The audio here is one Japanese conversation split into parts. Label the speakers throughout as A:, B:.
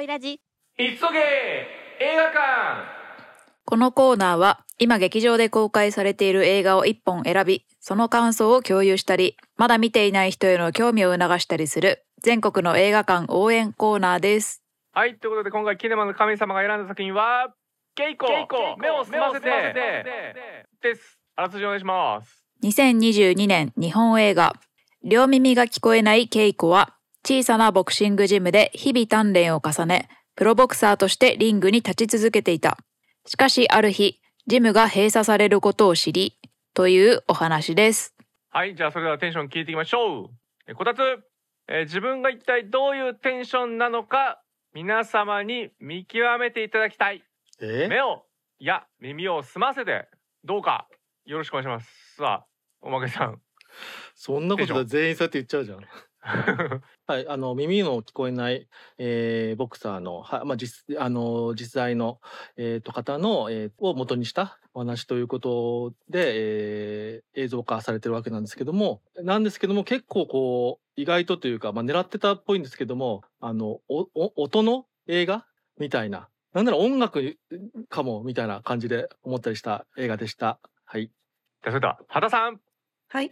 A: いラジ。
B: いっそげ映画館。
C: このコーナーは今劇場で公開されている映画を1本選び、その感想を共有したり、まだ見ていない人への興味を促したりする全国の映画館応援コーナーです。
B: はい、ということで今回キネマの神様が選んだ作品はケイコ目を澄ませてです。あらすじお願いします。
C: 2022年日本映画。両耳が聞こえないケイコは小さなボクシングジムで日々鍛錬を重ね、プロボクサーとしてリングに立ち続けていた。しかしある日、ジムが閉鎖されることを知り、というお話です。
B: はい、じゃあそれではテンション聞いていきましょう。こたつ、自分が一体どういうテンションなのか皆様に見極めていただきたい。目をいや耳を澄ませてどうかよろしくお願いします。さあおまけさん。
D: そんなことで全員そうやって言っちゃうじゃん。はい、耳の聞こえない、ボクサーの、実在の、方の、を元にしたお話ということで、映像化されてるわけなんですけども、結構こう意外とというか、狙ってたっぽいんですけども、音の映画みたいな、なんなら音楽かもみたいな感じで思ったりした映画でした。はい。
B: じゃあそれでは畑さん。
E: はい。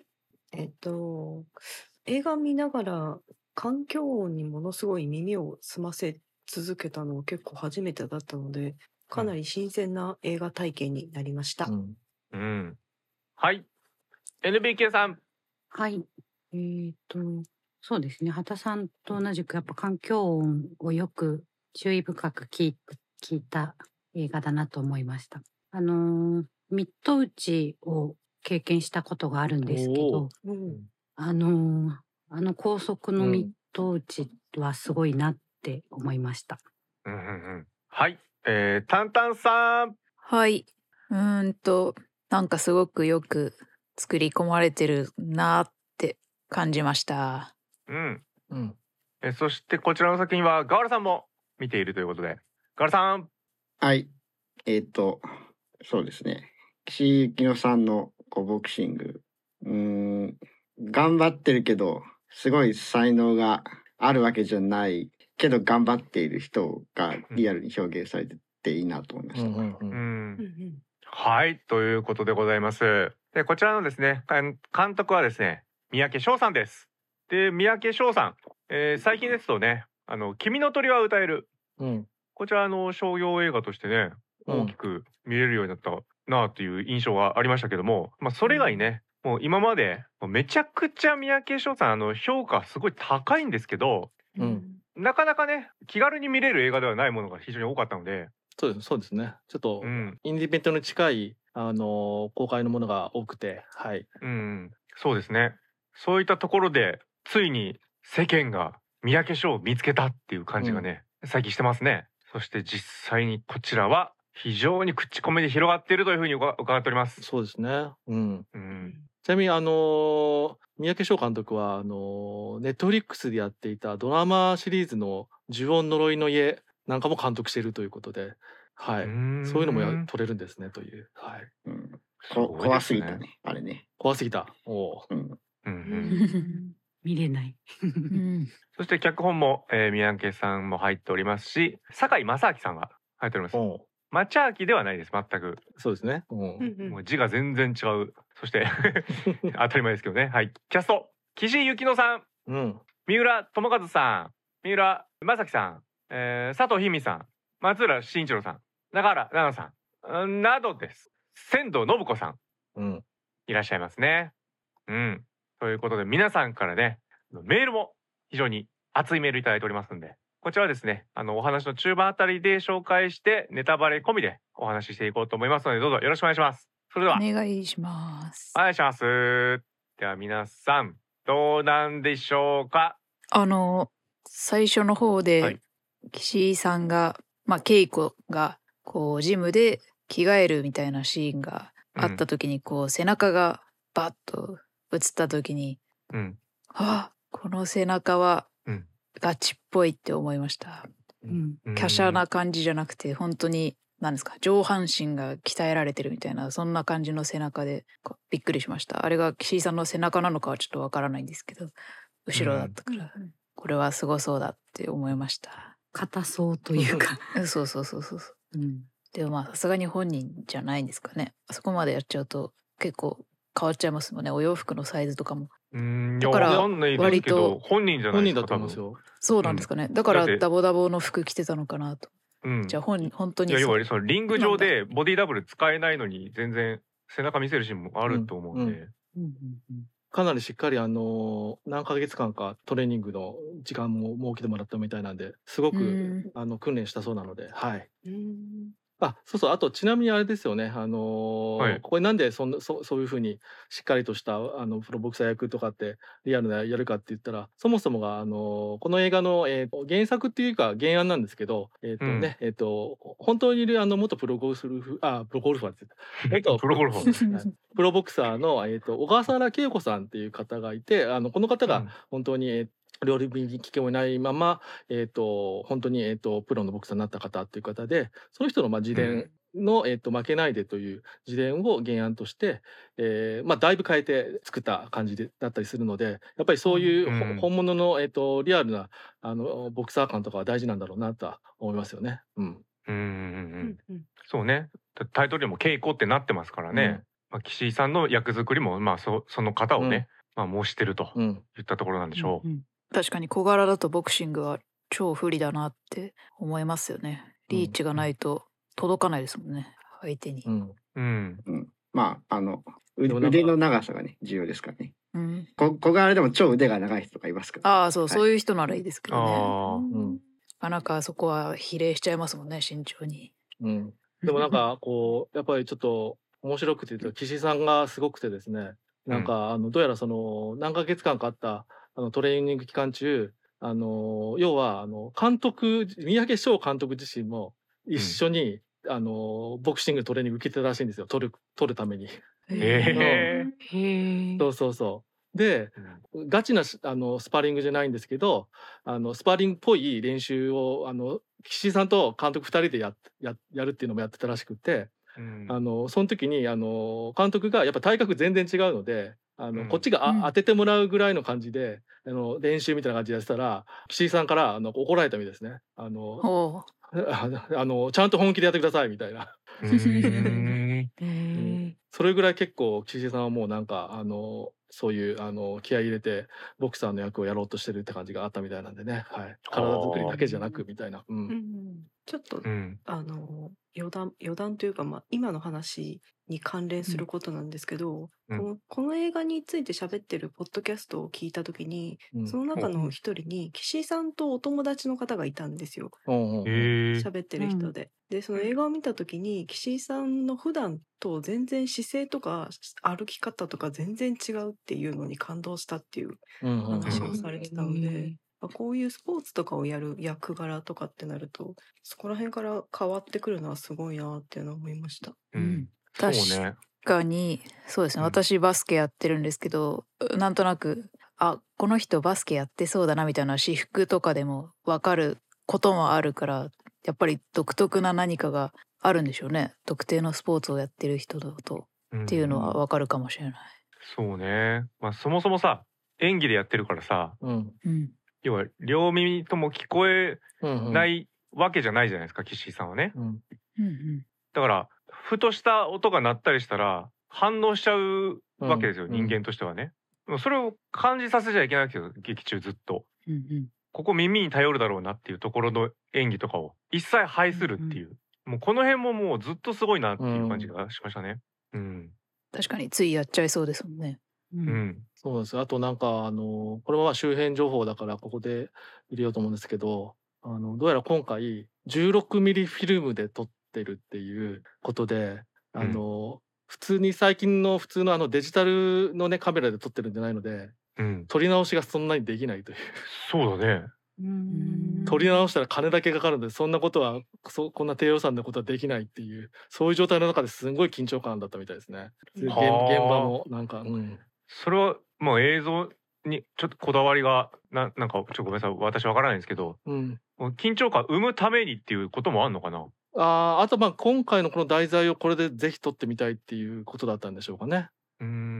E: 映画見ながら環境音にものすごい耳を澄ませ続けたのは結構初めてだったので、かなり新鮮な映画体験になりました。
B: はい。NBK さん。
F: はい。そうですね。畑さんと同じくやっぱ環境音をよく注意深く聞いた映画だなと思いました。ミッド打ちを経験したことがあるんですけど、高速のミッド打ちはすごいなって思いました。
B: はい。タンタンさん。
C: はい。なんかすごくよく作り込まれてるなって感じました。
B: そしてこちらの作品はガワラさんも見ているということで、ガワラさん。
G: はい。そうですね。岸井ゆきのさんのボクシング。頑張ってるけど、すごい才能があるわけじゃないけど頑張っている人がリアルに表現されてていいなと思いました。
B: はい、ということでございます。で、こちらのですね、監督はですね、三宅翔さんです。で、三宅翔さん、最近ですとね、君の鳥は歌える。こちら商業映画としてね、大きく見れるようになったなという印象がありましたけども、それ以外にね、もう今までめちゃくちゃ三宅翔さん評価すごい高いんですけど、なかなかね気軽に見れる映画ではないものが非常に多かったので、
D: そうですね。ちょっと、インディペンデントに近い公開のものが多くて、はい。
B: そうですね。そういったところでついに世間が三宅翔を見つけたっていう感じがね、最近してますね。そして実際にこちらは非常に口コミで広がっているというふうに伺っております。
D: そうですね。ちなみに三宅翔監督はネットフリックスでやっていたドラマシリーズの呪音呪いの家なんかも監督しているということで、はい、そういうのも撮れるんですねという。はい。
G: 怖すぎたね、あれね。
D: 怖すぎた。
F: 見れない。
B: そして脚本も、三宅さんも入っておりますし、堺正明さんが入っております。町明ではないです、全く。
D: そうですね。
B: もう字が全然違う。そして当たり前ですけどね。はい。キャスト岸井ゆきのさん、三浦友和さん、三浦正樹さん、佐藤氷見さん、松浦慎一郎さん、中原奈々さん、などです。千堂信子さん、いらっしゃいますね。ということで皆さんからねメールも非常に熱いメールいただいておりますので、こちらはですねお話の中盤あたりで紹介してネタバレ込みでお話ししていこうと思いますので、どうぞよろしくお願いします。それでは
C: お願いします。
B: お願いします。では皆さんどうなんでしょうか。
C: 最初の方で、岸井さんが稽古がこうジムで着替えるみたいなシーンがあった時に、こう背中がバッと映った時に、この背中はガチっぽいって思いました。華奢な感じじゃなくて本当に何ですか、上半身が鍛えられてるみたいな、そんな感じの背中でびっくりしました。あれが岸井さんの背中なのかはちょっとわからないんですけど、後ろだったから、これはすごそうだって思いました。
F: 硬そうというか
C: そうそうそうそう。でもまあさすがに本人じゃないんですかね。あそこまでやっちゃうと結構変わっちゃいますもんね。お洋服のサイズとかも。
B: だから割と本人じゃないですか。
D: 本人だと思うんですよ。
C: そうなんですかね。だからダボダボの服着てたのかなと。じゃあ本当に。
B: いや要はそのリング上でボディダブル使えないのに全然背中見せるシーンもあると思うんで。
D: かなりしっかり何ヶ月間かトレーニングの時間も設けてもらったみたいなんですごく訓練したそうなので、はい。そうそう、あとちなみにあれですよね、ここなんでそういうふうにしっかりとしたプロボクサー役とかってリアルなやるかって言ったら、そもそもがこの映画の、原作っていうか原案なんですけど、本当にいる元プロゴルファーって言ったプロゴルファープロボクサーの、小笠原恵子さんっていう方がいて、この方が本当に、両耳に聞けもいないまま、本当に、プロのボクサーになった方っていう方で、その人の自伝の、負けないでという自伝を原案として、だいぶ変えて作った感じだったりするので、やっぱりそういう本物の、リアルなボクサー感とかは大事なんだろうなとは思いますよね。
B: そうね。タイトルでも稽古ってなってますからね。岸井さんの役作りもその方をね、模してるといったところなんでしょう。
C: 確かに小柄だとボクシングは超不利だなって思いますよね。リーチがないと届かないですもんね、相手に。
G: 腕の長さがね重要ですからね。小柄でも超腕が長い人とかいますから。
C: そういう人ならいいですけどね。なかなかそこは比例しちゃいますもんね、身長に。
D: でもなんかこうやっぱりちょっと面白くて言うと岸井さんがすごくてですね、なんかどうやらその何ヶ月間かあったトレーニング期間中、要は監督三宅翔監督自身も一緒に、ボクシングのトレーニング受けてたらしいんですよ、取るために。そう。で、ガチなスパーリングじゃないんですけど、スパーリングっぽい練習を岸井さんと監督2人でやるっていうのもやってたらしくて、その時に監督がやっぱ体格全然違うので。こっちが当ててもらうぐらいの感じで練習みたいな感じでやってたら岸井さんから怒られたみたいですね。ちゃんと本気でやってくださいみたいな。それぐらい結構岸井さんはもうなんかそういう気合い入れてボクサーの役をやろうとしてるって感じがあったみたいなんでね、はい、体作りだけじゃなくみたいな。
E: ちょっと余談というか、今の話に関連することなんですけど、この映画について喋ってるポッドキャストを聞いた時に、その中の一人に岸井さんとお友達の方がいたんですよ。喋ってる人で。でその映画を見た時に岸井さんの普段と全然姿勢とか歩き方とか全然違うっていうのに感動したっていう話をされてたので。こういうスポーツとかをやる役柄とかってなるとそこら辺から変わってくるのはすごいなっていうのを思いました。
C: 確かにそうですね、私バスケやってるんですけど、なんとなくこの人バスケやってそうだなみたいな私服とかでも分かることもあるから、やっぱり独特な何かがあるんでしょうね、特定のスポーツをやってる人だと、っていうのは分かるかもしれない。
B: そうね、そもそもさ演技でやってるからさ、要は両耳とも聞こえないわけじゃないじゃないですか、岸井さんはね。だからふとした音が鳴ったりしたら反応しちゃうわけですよ、人間としてはね。それを感じさせちゃいけないけど劇中ずっと、ここ耳に頼るだろうなっていうところの演技とかを一切排するっていう、もうこの辺ももうずっとすごいなっていう感じがしましたね。
C: 確かについやっちゃいそうですもんね。
D: そうなんですよ。あとなんかこれは周辺情報だからここで入れようと思うんですけど、どうやら今回16ミリフィルムで撮ってるっていうことで、普通に最近の普通のデジタルのねカメラで撮ってるんじゃないので、撮り直しがそんなにできないという。
B: そうだね。
D: 撮り直したら金だけかかるんで、そんなことはこんな低予算のことはできないっていう、そういう状態の中ですごい緊張感だったみたいですね。現場もなんか、
B: それはもう映像にちょっとこだわりがなんかちょっとごめんなさい、私わからないんですけど、緊張感生むためにっていうこともあるのかな。あ
D: と今回のこの題材をこれでぜひ撮ってみたいっていうことだったんでしょうかね。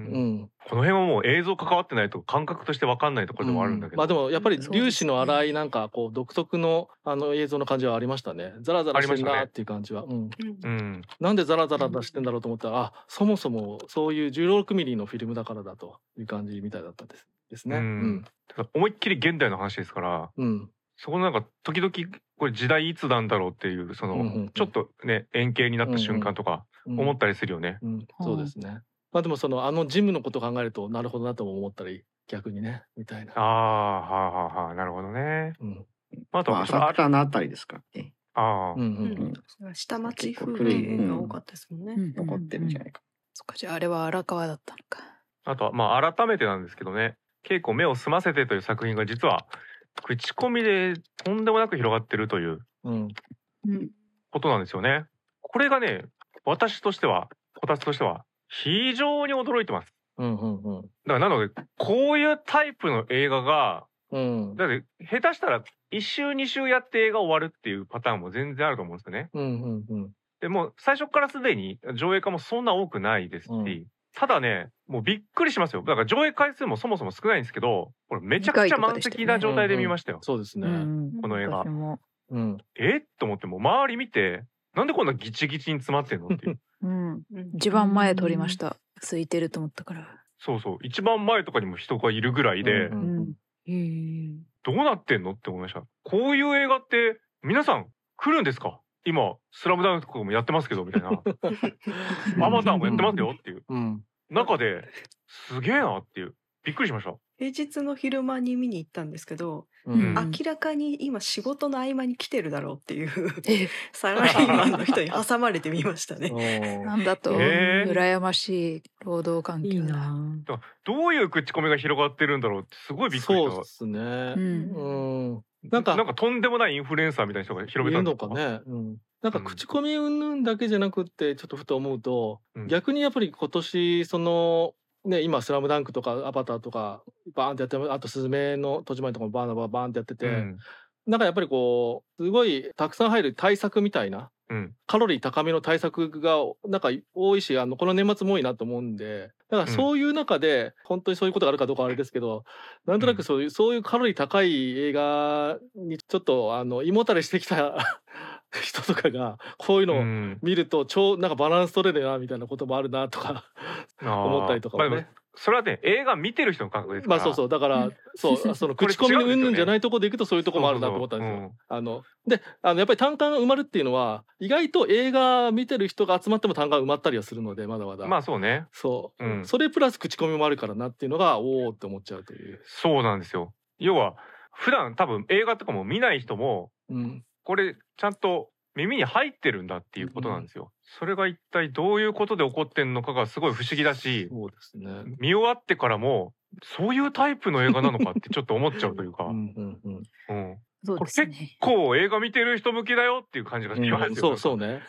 B: この辺はもう映像関わってないと感覚として分かんないところでもあるんだけど、
D: まあでもやっぱり粒子の粗いなんかこう独特の映像の感じはありましたね。ザラザラしてんなっていう感じは。なんでザラザラ出してんだろうと思ったら、あ、そもそもそういう16ミリのフィルムだからだという感じみたいだったですね。
B: 思いっきり現代の話ですから、そこのなんか時々これ時代いつなんだろうっていうそのちょっとね円形になった瞬間とか思ったりするよね。
D: そうですね。まあでもそのジムのこと考えるとなるほどなとも思ったり逆にねみたいな。
B: ああ、はあはあはあ、なるほどね。
G: あとは浅草のあたりですかね。
E: ああ、下町風景が多かったですもんね。
G: 残ってるんじゃないか。
C: そっか、じゃああれは荒川だったのか。
B: あとはまあ改めてなんですけどね、稽古目を澄ませてという作品が実は口コミでとんでもなく広がってるということなんですよね。これがね、私としてはこたつとしては非常に驚いてます。だからなのでこういうタイプの映画が、だって下手したら1週2週やって映画終わるっていうパターンも全然あると思うんですよね。でもう最初からすでに上映化もそんな多くないですし、ただね、もうびっくりしますよ。だから上映回数もそもそも少ないんですけど、これめちゃくちゃ満席な状態で見ましたよ。
D: そうですね。
B: この映画。と思っても周り見て、なんでこんなギチギチに詰まってんのっていう。
C: 一番前撮りました。空いてると思ったから。
B: そうそう。一番前とかにも人がいるぐらいで、どうなってんのって思いました。こういう映画って皆さん来るんですか？今スラムダンクとかもやってますけどみたいな。アバターもやってますよっていう。中ですげえなっていう。びっくりしました。
E: 平日の昼間に見に行ったんですけど、明らかに今仕事の合間に来てるだろうっていうサラリーマンの人に挟まれてみましたね。
C: なんだと羨ましい労働環境だ。
B: どういう口コミが広がってるんだろうってすごいびっくりした。
D: そうですね。
B: なんかとんでもないインフルエンサーみたいな人が広めたんですかね。
D: なんか口コミ云々だけじゃなくってちょっとふと思うと、逆にやっぱり今年そのね、今スラムダンクとかアバターとかバーンってやって、あとスズメの戸締まりとかもバーンってやってて、なんかやっぱりこうすごいたくさん入る対策みたいな、カロリー高めの対策がなんか多いし、この年末も多いなと思うんで、だからそういう中で本当にそういうことがあるかどうかはあれですけど、なんとなくそういうカロリー高い映画にちょっと胃もたれしてきた人とかがこういうのを見るとなんかバランス取れるなみたいなこともあるなとか思ったりとかもね。
B: それはね、映画見てる人の感覚ですから。
D: そうだからその口コミ云々じゃないとこでいくとそういうとこもあるなと思ったんですよ。でやっぱり単価が埋まるっていうのは意外と映画見てる人が集まっても単価が埋まったりはするのでまだまだ。
B: まあそうね。
D: それプラス口コミもあるからなっていうのがおおって思っちゃうという。
B: そうなんですよ。要は普段多分映画とかも見ない人も、これちゃんと耳に入ってるんだっていうことなんですよ。それが一体どういうことで起こってんのかがすごい不思議だし、
D: そうですね、
B: 見終わってからもそういうタイプの映画なのかってちょっと思っちゃうというか、これ結構映画見てる人向きだよっていう感じがしますよ。
D: そうね。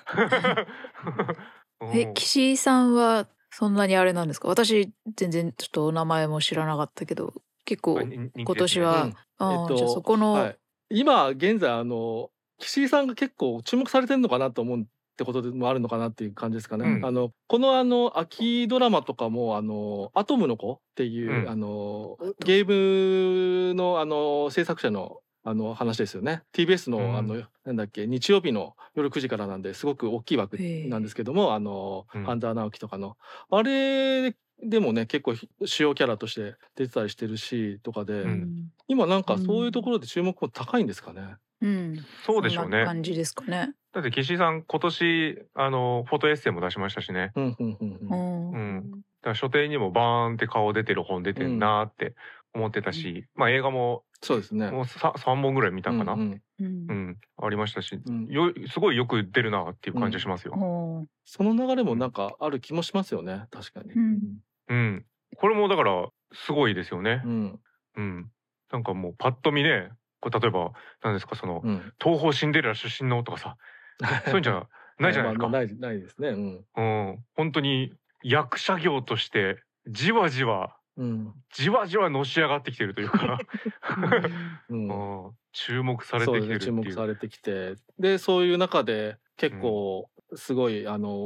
C: 岸井さんはそんなにあれなんですか？私全然ちょっとお名前も知らなかったけど、結構今年は、じゃあそこの、
D: 今現在岸井さんが結構注目されてるのかなと思うってことでもあるのかなっていう感じですかね。この秋ドラマとかもアトムの子っていう、ゲームの制作者の話ですよね。TBS のなんだっけ、日曜日の夜9時からなんですごく大きい枠なんですけども、半沢直樹とかのあれでもね結構主要キャラとして出てたりしてるしとかで、今なんかそういうところで注目も高いんですかね。
B: そうでしょうね。
C: 感じですかね。
B: だって岸井さん今年フォトエッセイも出しましたしね。だから書店にもバーンって顔出てる本出てんなって思ってたし、まあ映画も
D: そうですね。
B: もう3本ぐらい見たかな。ありましたし、すごいよく出るなっていう感じがしますよ。
D: その流れもなんかある気もしますよね。確かに。
B: これもだからすごいですよね。なんかもうパッと見ね。これ例えば何ですかその、東宝シンデレラ出身のとかさ、そういうんじゃないじゃないですか。
D: ないですね。
B: 本当に役者業としてじわじわのし上がってきてるというか注目されてきてるっていう。
D: 注目されてきて、でそういう中で結構すごい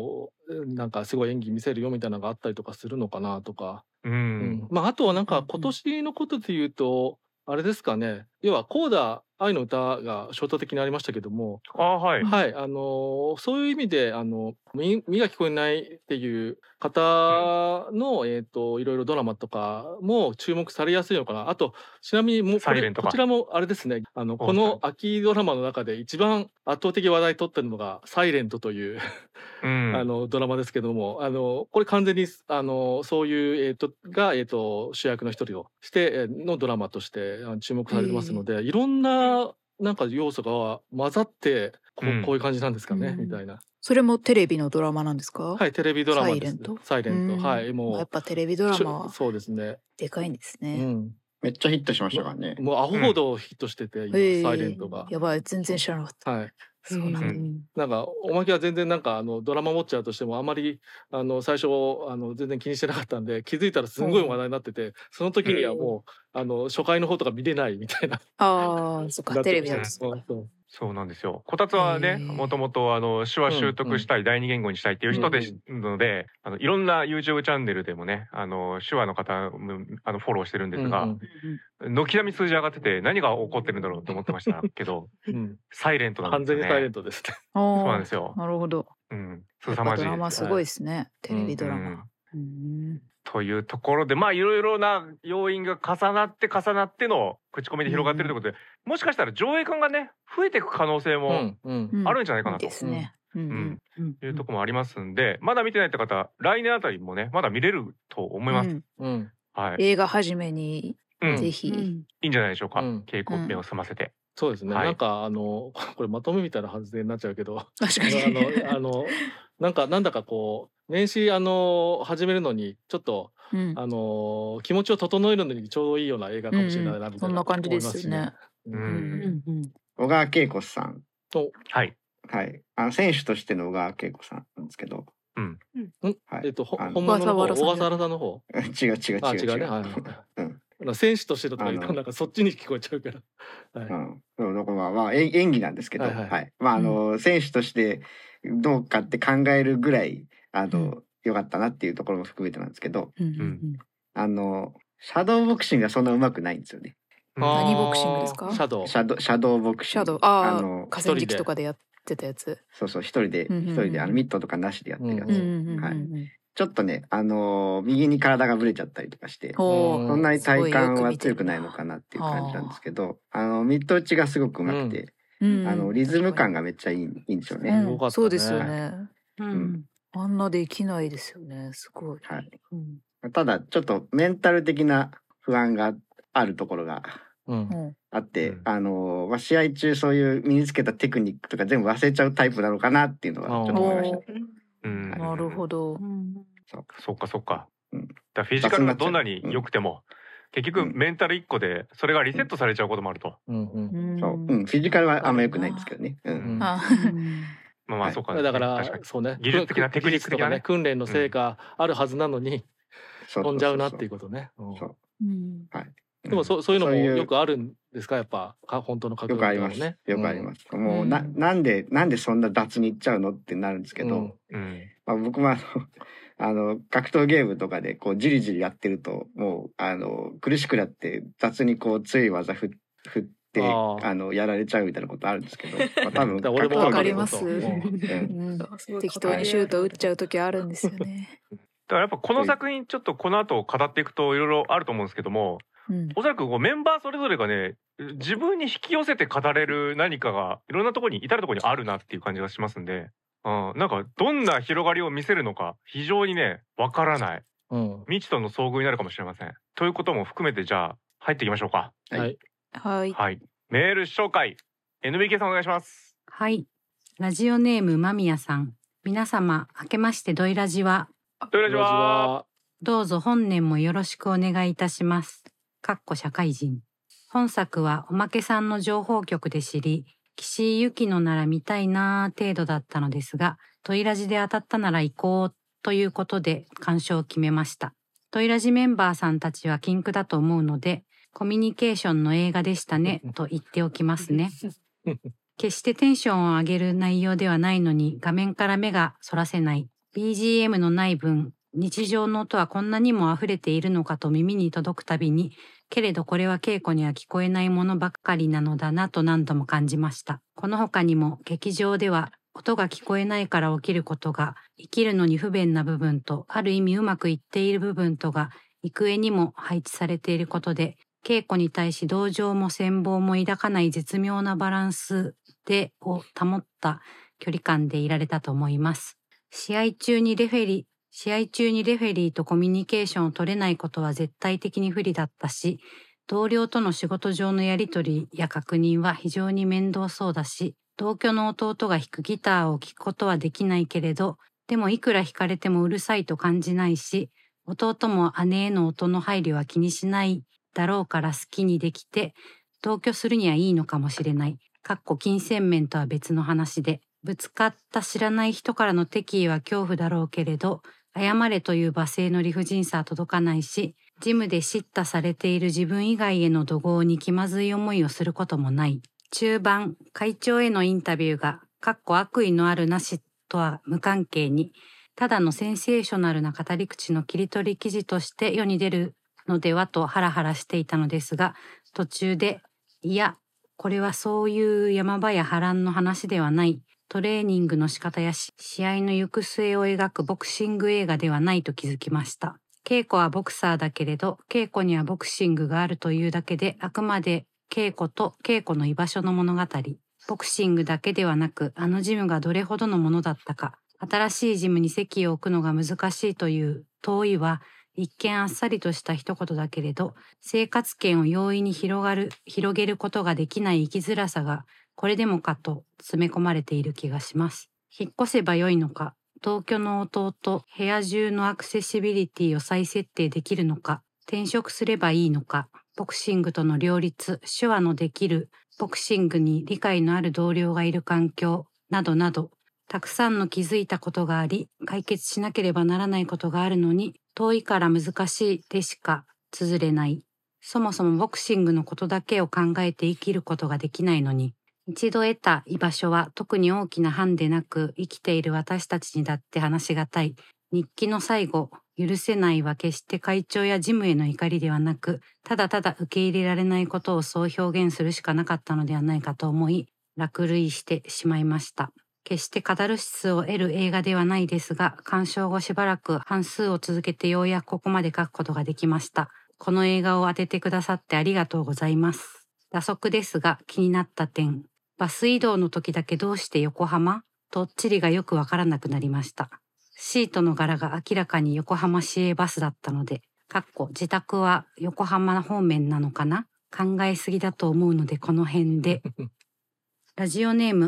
D: なんかすごい演技見せるよみたいなのがあったりとかするのかなとか、
B: うん
D: まああとはなんか今年のことで言うとあれですかね、要はコーダ愛の歌が象徴的にありましたけども、
B: はい、
D: はい、そういう意味で耳が聞こえないっていう方の、いろいろドラマとかも注目されやすいのかな。あとちなみにもうこちらもあれですね、この秋ドラマの中で一番圧倒的話題取ってるのが「サイレントというドラマですけども、これ完全にそういう、主役の一人としてのドラマとして注目されてますので、いろんななんか要素が混ざってこういう感じなんですかね、みたいな。
C: それもテレビのドラマなんですか？
D: はい、テレビドラマです。サイレント。はい、
C: もうやっぱテレビドラマは
D: そうですね。
C: でかいんですね。
G: めっちゃヒットしましたからね。
D: もうアホほどヒットしてて、今サイレントが。
C: やばい、全然知らなかった。
D: はい。
C: そうなん
D: なんかおまけは全然なんかドラマウォッチャーとしてもあまり最初全然気にしてなかったんで、気づいたらすごい話題になってて、その時にはもう初回の方とか見れないみたいな。
C: そっか、テレビだと。
B: そうなんですよ。こたつはね、もともと手話習得したい、第二言語にしたいっていう人ですので、いろんな YouTube チャンネルでもね、手話の方フォローしてるんですが、軒並み数字上がってて何が起こってるんだろうと思ってましたけど、サイレントなんですよね。
D: 完全にサイレントですね。
B: そうなんですよ。
C: なるほど。
B: 凄まじい。
C: ドラマすごいですね。テレビドラマ。
B: というところで、まあいろいろな要因が重なっての口コミで広がってるということで、もしかしたら上映感がね増えていく可能性もあるんじゃないかなというところもありますんで、まだ見てないって方来年あたりもねまだ見れると思います。
C: 映画始めにぜひ
B: いいんじゃないでしょうか。稽古目を澄ませて。
D: そうですね。なんかこれまとめみたいな発言になっちゃうけど、
C: 確かに
D: なんだかこう年始始めるのにちょっっと気持ちを整えるのにちょうどいいような映画かもしれないなみたいな。
C: そんな感じですね。
G: 小川恵子さん。
B: はい
G: はい。選手としての小川恵子さんなんですけど。
D: はい。本物の方、小笠原さんの方。
G: 違う。
D: 違うね。選手としてとか言うとなんかそっちに聞こえちゃうから。
G: だからまあ演技なんですけど、まあ選手としてどうかって考えるぐらい良かったなっていうところも含めてなんですけど、シャドーボクシングがそんな上手くないんですよね。
C: 何ボクシングですか？
G: シャドーボクシング。
C: 河川敷とかでやってたやつ。
G: そう一人でミットとかなしでやってるやつ。ちょっとね右に体がぶれちゃったりとかして、そんなに体幹は強くないのかなっていう感じなんですけど、ミット打ちがすごく上手くて、リズム感がめっちゃいいんですよね。
C: そうですよね。あんなできないですよね。すごい。
G: ただちょっとメンタル的な不安があるところがあって、試合中そういう身につけたテクニックとか全部忘れちゃうタイプなのかなっていうのはちょっと思いました。
C: なるほど。
B: そうか。だフィジカルがどんなに良くても、結局メンタル1個でそれがリセットされちゃうこともあると。
G: フィジカルはあんま良くないんですけどね。
B: まあそうか。
D: だからそうね。
B: 技術的なテクニック的なね
D: 訓練の成果あるはずなのに飛んじゃうなっていうことね。でもそういうのもよくあるんですか、やっぱ本当の格闘技もね。
G: よくあります。もうなんでそんな雑にいっちゃうのってなるんですけど、僕も格闘ゲームとかでこうじりじりやってるともう苦しくなって雑にこう強い技振ってやられちゃうみたいなことあるんですけど、多分
C: 俺もわかります。適当にシュート打っちゃう時あるんですよね。
B: だからやっぱこの作品ちょっとこの後語っていくといろいろあると思うんですけども、おそらくメンバーそれぞれがね自分に引き寄せて語れる何かがいろんなところに至るところにあるなっていう感じがしますんで、なんかどんな広がりを見せるのか非常にねわからない、未知との遭遇になるかもしれません。ということも含めてじゃあ入っていきましょうか。
C: はい。
B: メール紹介 NBK さんお願いします。
F: はい。ラジオネーム間宮さん、皆様明けましてドイラジは。
B: ドイラジは。
F: どうぞ本年もよろしくお願いいたします。社会人。本作はおまけさんの情報局で知り、岸井ゆきのなら見たいなー程度だったのですが、トイラジで当たったなら行こうということで鑑賞を決めました。トイラジメンバーさんたちは禁句だと思うので、コミュニケーションの映画でしたねと言っておきますね。決してテンションを上げる内容ではないのに画面から目がそらせない BGM のない分、日常の音はこんなにも溢れているのかと耳に届くたびに、けれどこれは稽古には聞こえないものばかりなのだなと何度も感じました。この他にも劇場では音が聞こえないから起きることが生きるのに不便な部分とある意味うまくいっている部分とが幾重にも配置されていることで、稽古に対し同情も羨望も抱かない絶妙なバランスを保った距離感でいられたと思います。試合中にレフェリーとコミュニケーションを取れないことは絶対的に不利だったし、同僚との仕事上のやり取りや確認は非常に面倒そうだし、同居の弟が弾くギターを聴くことはできないけれど、でもいくら弾かれてもうるさいと感じないし、弟も姉への音の配慮は気にしないだろうから好きにできて、同居するにはいいのかもしれない。金銭面とは別の話で、ぶつかった知らない人からの敵意は恐怖だろうけれど、謝れという罵声の理不尽さは届かないし、ジムで叱咤されている自分以外への怒号に気まずい思いをすることもない。中盤、会長へのインタビューが、悪意のあるなしとは無関係に、ただのセンセーショナルな語り口の切り取り記事として世に出るのではとハラハラしていたのですが、途中で、いや、これはそういう山場や波乱の話ではない。トレーニングの仕方や試合の行く末を描くボクシング映画ではないと気づきました。稽古はボクサーだけれど、稽古にはボクシングがあるというだけで、あくまで稽古と稽古の居場所の物語。ボクシングだけではなく、あのジムがどれほどのものだったか、新しいジムに席を置くのが難しいという遠いは、一見あっさりとした一言だけれど、生活圏を容易に広げることができない生きづらさが、これでもかと詰め込まれている気がします。引っ越せばよいのか、同居の弟、部屋中のアクセシビリティを再設定できるのか、転職すればいいのか、ボクシングとの両立、手話のできる、ボクシングに理解のある同僚がいる環境、などなど、たくさんの気づいたことがあり、解決しなければならないことがあるのに、遠いから難しいでしか綴れない。そもそもボクシングのことだけを考えて生きることができないのに、一度得た居場所は特に大きな範でなく、生きている私たちにだって話しがたい。日記の最後、許せないは決して会長やジムへの怒りではなく、ただただ受け入れられないことをそう表現するしかなかったのではないかと思い、落涙してしまいました。決してカタルシスを得る映画ではないですが、鑑賞後しばらく半数を続けてようやくここまで書くことができました。この映画を当ててくださってありがとうございます。打足ですが気になった点。バス移動の時だけどうして横浜？とっちりがよくわからなくなりました。シートの柄が明らかに横浜市営バスだったので、自宅は横浜方面なのかな？考えすぎだと思うのでこの辺で。ラジオネーム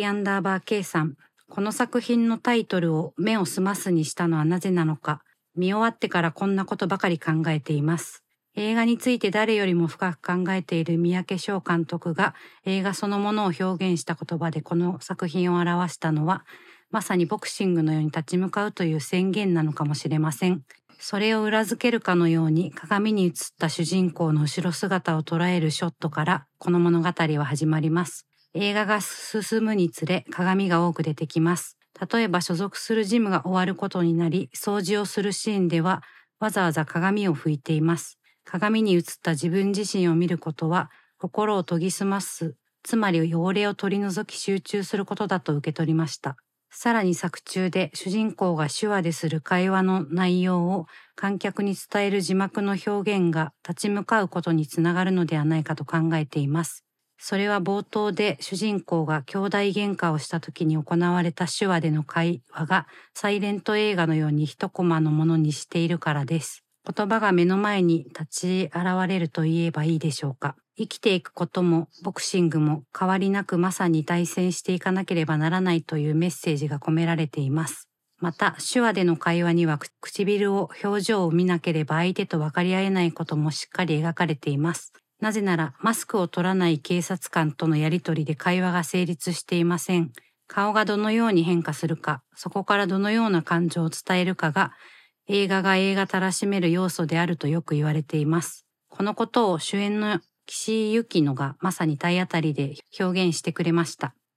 F: IT_K さん。この作品のタイトルを目を澄ますにしたのはなぜなのか。見終わってからこんなことばかり考えています。映画について誰よりも深く考えている三宅翔監督が映画そのものを表現した言葉でこの作品を表したのは、まさにボクシングのように立ち向かうという宣言なのかもしれません。それを裏付けるかのように鏡に映った主人公の後ろ姿を捉えるショットからこの物語は始まります。映画が進むにつれ鏡が多く出てきます。例えば所属するジムが終わることになり、掃除をするシーンではわざわざ鏡を拭いています。鏡に映った自分自身を見ることは心を研ぎ澄ます、つまり汚れを取り除き集中することだと受け取りました。さらに作中で主人公が手話でする会話の内容を観客に伝える字幕の表現が立ち向かうことにつながるのではないかと考えています。それは冒頭で主人公が兄弟喧嘩をした時に行われた手話での会話がサイレント映画のように一コマのものにしているからです。言葉が目の前に立ち現れると言えばいいでしょうか。生きていくこともボクシングも変わりなくまさに対戦していかなければならないというメッセージが込められています。また手話での会話には唇を表情を見なければ相手と分かり合えないこともしっかり描かれています。なぜならマスクを取らない警察官とのやりとりで会話が成立していません。顔がどのように変化するか、そこからどのような感情を伝えるかが映画が映画たらしめる要素であるとよく言われています。このことを主演の岸井ゆきのがまさに体当たりで表現してくれました。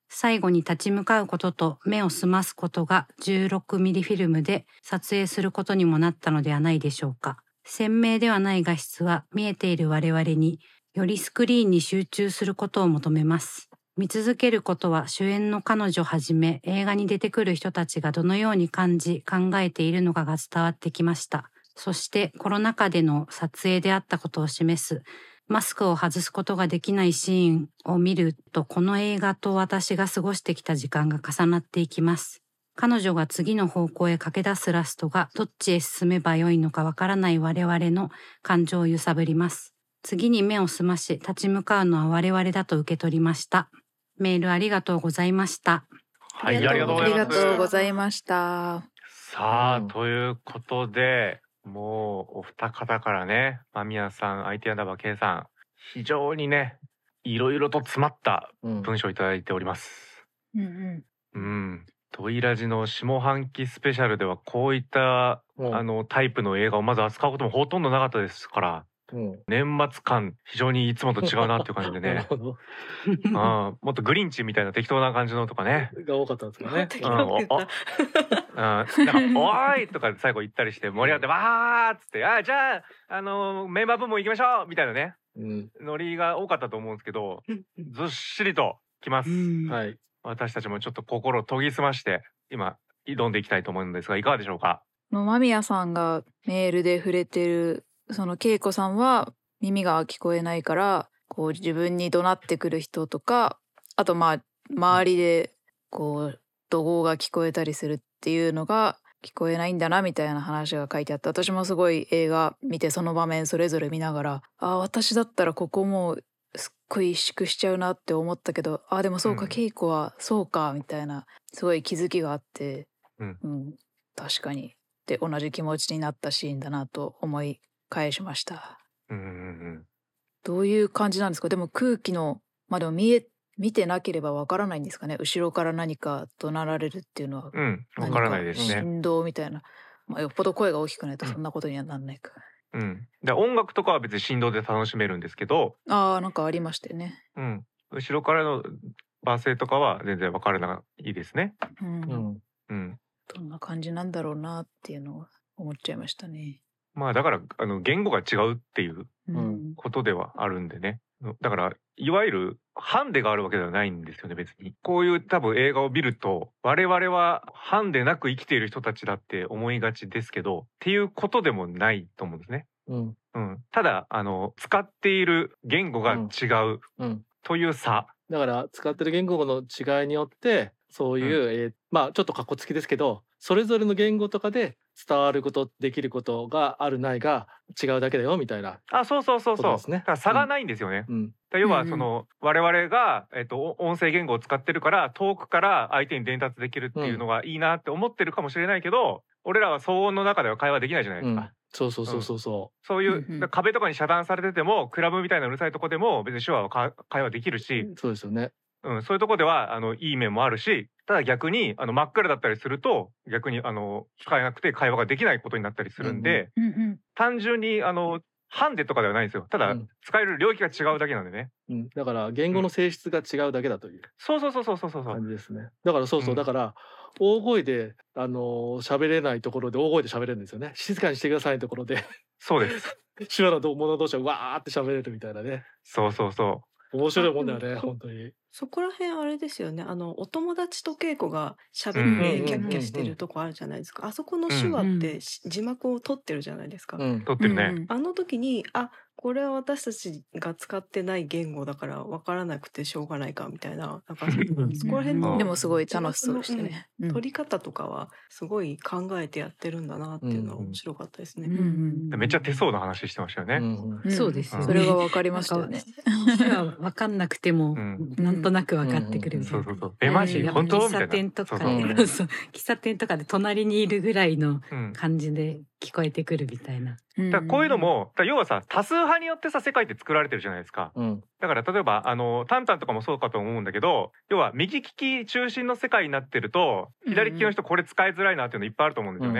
F: 最後に立ち向かうことと目を澄ますことが16ミリフィルムで撮影することにもなったのではないでしょうか。鮮明ではない画質は見えている我々によりスクリーンに集中することを求めます。見続けることは主演の彼女はじめ映画に出てくる人たちがどのように感じ考えているのかが伝わってきました。そしてコロナ禍での撮影であったことを示すマスクを外すことができないシーンを見ると、この映画と私が過ごしてきた時間が重なっていきます。彼女が次の方向へ駆け出すラストがどっちへ進めばよいのかわからない我々の感情を揺さぶります。次に目を澄まし立ち向かうのは我々だと受け取りました。メールありがとうございました。
B: はい、ありがとうございます。
C: ありがとうございました。
B: さあ、ということで、もうお二方からね、間宮さん、IT アンダーバー K さん、非常にね、いろいろと詰まった文章をいただいております。ドイラジの下半期スペシャルではこういったタイプの映画をまず扱うこともほとんどなかったですから、年末感非常にいつもと違うなっていう感じでねもっとグリンチみたいな適当な感じのとかね
D: が多かったんですかね。
B: なんか「おーい!」とか最後言ったりして盛り上がってわーっつって「じゃあメンバー部門行きましょう!」みたいなね、ノリが多かったと思うんですけど、ずっしりときます。私たちもちょっと心を研ぎ澄まして今挑んでいきたいと思うんですが、いかがでしょうか。
C: 間宮さんがメールで触れてるその恵子さんは耳が聞こえないからこう自分に怒鳴ってくる人とか、あと周りでこう怒号が聞こえたりするっていうのが聞こえないんだなみたいな話が書いてあって、私もすごい映画見てその場面それぞれ見ながら私だったらここもうすっごい萎縮しちゃうなって思ったけど、でもそうか、恵子はそうかみたいなすごい気づきがあって、確かにって同じ気持ちになったシーンだなと思い返しました。どういう感じなんですか。でも空気のでも見てなければわからないんですかね。後ろから何か怒鳴られるっていうのは
B: わからないですね。
C: 振動みたいな、よっぽど声が大きくないとそんなことにはなんないか。
B: で音楽とかは別に振動で楽しめるんですけど、
C: なんかありましたよね。
B: 後ろからの罵声とかは全然わからないですね。
C: どんな感じなんだろうなっていうのを思っちゃいましたね。
B: だから言語が違うっていうことではあるんでね。だからいわゆるハンデがあるわけではないんですよね、別に。こういう多分映画を見ると我々はハンデなく生きている人たちだって思いがちですけど、っていうことでもないと思うんですね。ただ使っている言語が違うという差。
D: だから使ってる言語の違いによってそういう、ちょっとカッコつきですけど、それぞれの言語とかで伝わることできることがあるないが違うだけだよみたいな。
B: そう、だから差がないんですよね。要は我々が、音声言語を使ってるから遠くから相手に伝達できるっていうのがいいなって思ってるかもしれないけど、俺らは騒音の中では会話できないじゃないですか。そういう壁とかに遮断されててもクラブみたいなうるさいとこでも別に手話は会話できるし、
D: そうですよね。
B: そういうとこではいい面もあるし、ただ逆に真っ暗だったりすると逆に使えなくて会話ができないことになったりするんで、単純にハンデとかではないんですよ。ただ使える領域が違うだけなんでね。
D: だから言語の性質が違うだけだという
B: そう
D: 感じですね。だからだから大声で喋れないところで大声で喋れるんですよね。静かにしてくださいのところで
B: そうです
D: 手話の者同士はわーって喋れるみたいなね。
B: そう
D: 面白いもんだよね、本当に。
E: そこら辺あれですよね。お友達と稽古が喋ってキャッキャしてるとこあるじゃないですか。あそこの手話って字幕を取ってるじゃないですか。
B: 取ってるね。
E: あの時にこれは私たちが使ってない言語だから分からなくてしょうがないかみたいな、そこら辺の
C: でもすごい楽しそうでしたね。
E: 取り方とかはすごい考えてやってるんだなっていうのは面白かったですね。
B: めっちゃ手相の話してましたよね。
F: そうですよね。
C: それが分かりましたよね。
F: 分かんなくてもなんとなく分かってくるみたいな。
B: マジ本当みたいな。
F: 喫茶店とかで隣にいるぐらいの感じで聞こえてくるみたいな。
B: だこういうのも要はさ、多数派によってさ世界って作られてるじゃないですか。だから例えばタンタンとかもそうかと思うんだけど、要は右利き中心の世界になってると左利きの人これ使いづらいなっていうのいっぱいあると思うんですよね。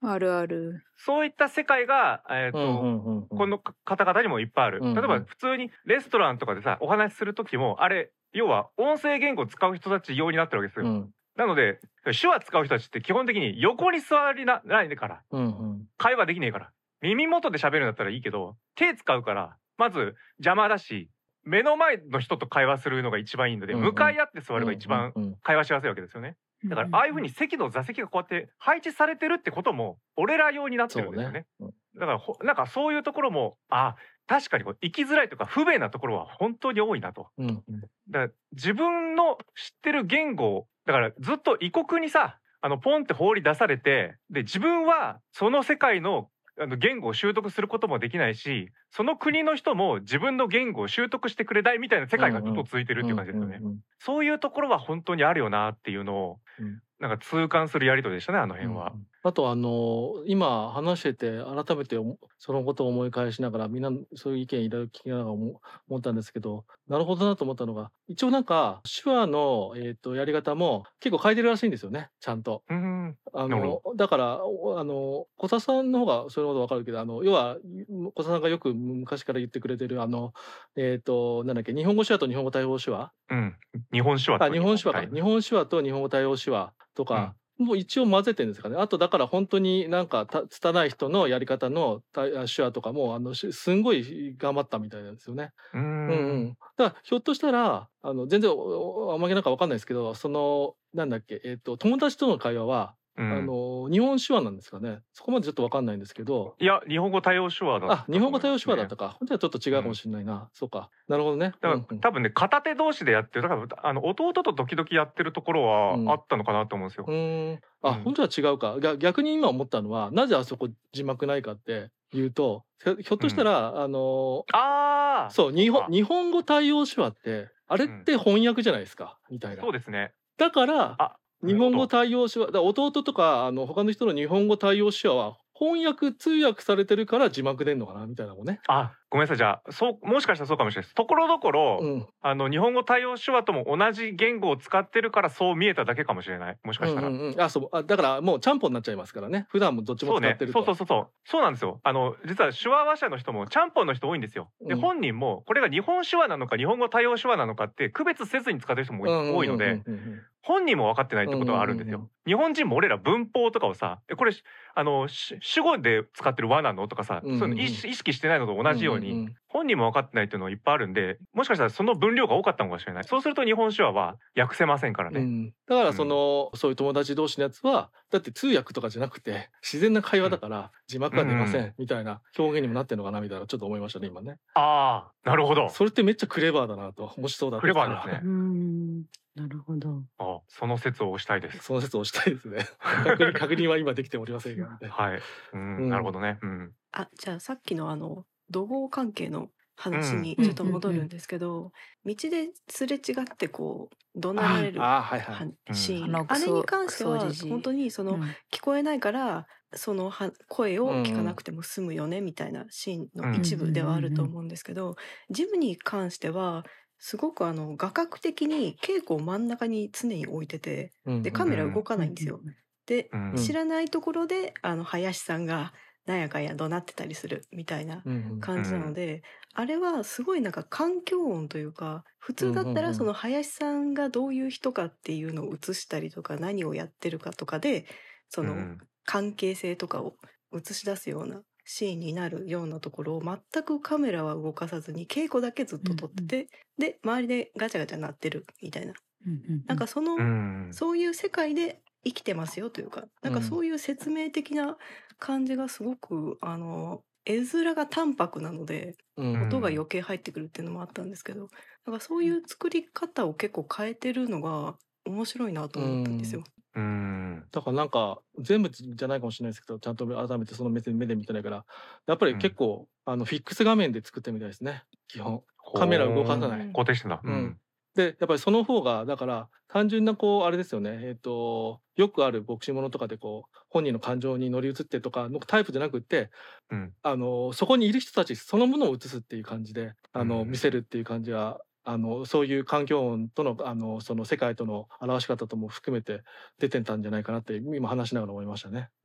C: あるある。
B: そういった世界が、この方々にもいっぱいある。例えば普通にレストランとかでさお話しする時もあれ要は音声言語を使う人たち用になってるわけですよ。なので手話使う人たちって基本的に横に座りないから、会話できねえから、耳元で喋るんだったらいいけど手使うからまず邪魔だし、目の前の人と会話するのが一番いいので、向かい合って座れば一番会話しやすいわけですよね。だからああいうふうに席の座席がこうやって配置されてるってことも俺ら用になってるんですよね。だからなんかそういうところも確かにこう生きづらいとか不便なところは本当に多いなと。だから自分の知ってる言語だからずっと異国にさポンって放り出されて、で自分はその世界の言語を習得することもできないし、その国の人も自分の言語を習得してくれないみたいな世界がずっと続いてるっていう感じですよね。そういうところは本当にあるよなっていうのを、なんか痛感するやり取りでしたね、あの辺は。
D: あと今話してて改めてそのことを思い返しながら、みんなそういう意見いろいろ聞きながら思ったんですけど、なるほどなと思ったのが、一応なんか手話の、やり方も結構変えてるらしいんですよね、ちゃんと。だから小田さんの方がそれほど分かるけど、要は小田さんがよく昔から言ってくれてるなんだっけ、日本語手話と日本語対応手話、
B: 日本手話と
D: 日本手話か、日本手話と日本語対応手話とか、もう一応混ぜてるんですかね。あとだから本当になんか拙い人のやり方の手話とかもすんごい頑張ったみたいなんですよね。だからひょっとしたら全然おまけなんか分かんないですけど、なんだっけ、友達との会話は日本手話なんですかね。そこまでちょっと分かんないんですけど。
B: いや日本語対応手話だった。
D: 日本語対応手話だったか。本当はちょっと違うかもしれないな。そうか。なるほどね。
B: だから多分ね片手同士でやってる。だから弟と時々やってるところはあったのかなと思うんですよ。
D: 本当は違うか。逆に今思ったのは、なぜあそこ字幕ないかっていうと、ひょっとしたらそう日本語対応手話ってあれって翻訳じゃないですか、みたいな。
B: そうですね。
D: だから日本語対応手話弟とか他の人の日本語対応手話は翻訳通訳されてるから字幕出んのかなみたいなもんね。
B: ごめんなさい。じゃあもしかしたらそうかもしれないです。ところどころ日本語対応手話とも同じ言語を使ってるからそう見えただけかもしれない。もしかしたら。
D: だからもうちゃんぽんになっちゃいますからね。普段もどっちも使ってると。
B: そうなんですよ。実は手話話者の人もちゃんぽんの人多いんですよ。で本人もこれが日本手話なのか日本語対応手話なのかって区別せずに使ってる人も多いので、本人も分かってないってことはあるんですよ。日本人も俺ら文法とかをさ、これ主語で使ってる和なのとかさ、そういうの意識してないのと同じように、本人も分かってないっていうのいっぱいあるんで、もしかしたらその分量が多かったのかもしれない。そうすると日本手話は訳せませんからね。
D: だからそういう友達同士のやつはだって通訳とかじゃなくて自然な会話だから字幕は出ませんみたいな表現にもなってるのかなみたいなちょっと思いましたね今ね。
B: なるほど。
D: それってめっちゃクレバーだなと。もしそうだったら
B: クレバーですね。
F: なるほど。
B: その説を推したいです。
D: その説を推したいですね。確認は今できておりませんが、ね。
B: はい。なるほどね。
E: じゃあさっきの怒号関係の話にちょっと戻るんですけど、道ですれ違ってこう怒鳴られるシーン、あれに関しては本当に聞こえないからその声を聞かなくても済むよねみたいなシーンの一部ではあると思うんですけど、ジムに関してはすごく画角的に稽古を真ん中に常に置いてて、でカメラ動かないんですよ。で、知らないところで林さんがなんやかんや怒鳴ってたりするみたいな感じなので、あれはすごいなんか環境音というか、普通だったらその林さんがどういう人かっていうのを映したりとか何をやってるかとかでその関係性とかを映し出すようなシーンになるようなところを全くカメラは動かさずに稽古だけずっと撮ってて、で周りでガチャガチャ鳴ってるみたいな、なんかそういう世界で生きてますよというか、なんかそういう説明的な感じがすごく絵面が淡白なので音が余計入ってくるっていうのもあったんですけど、なんかそういう作り方を結構変えてるのが面白いなと思ったんですよ。
D: だからなんか全部じゃないかもしれないですけど、ちゃんと改めてその目で見てないから、やっぱり結構フィックス画面で作ってみたいですね。基本カメラ動かさない
B: 固定してんだ。
D: でやっぱりその方がだから単純なあれですよね。よくあるボクシングものとかで本人の感情に乗り移ってとかのタイプじゃなくって、そこにいる人たちそのものを映すっていう感じで見せるっていう感じはそういう環境音とのその世界との表し方とも含めて出てたんじゃないかなって今話しながら思いましたね。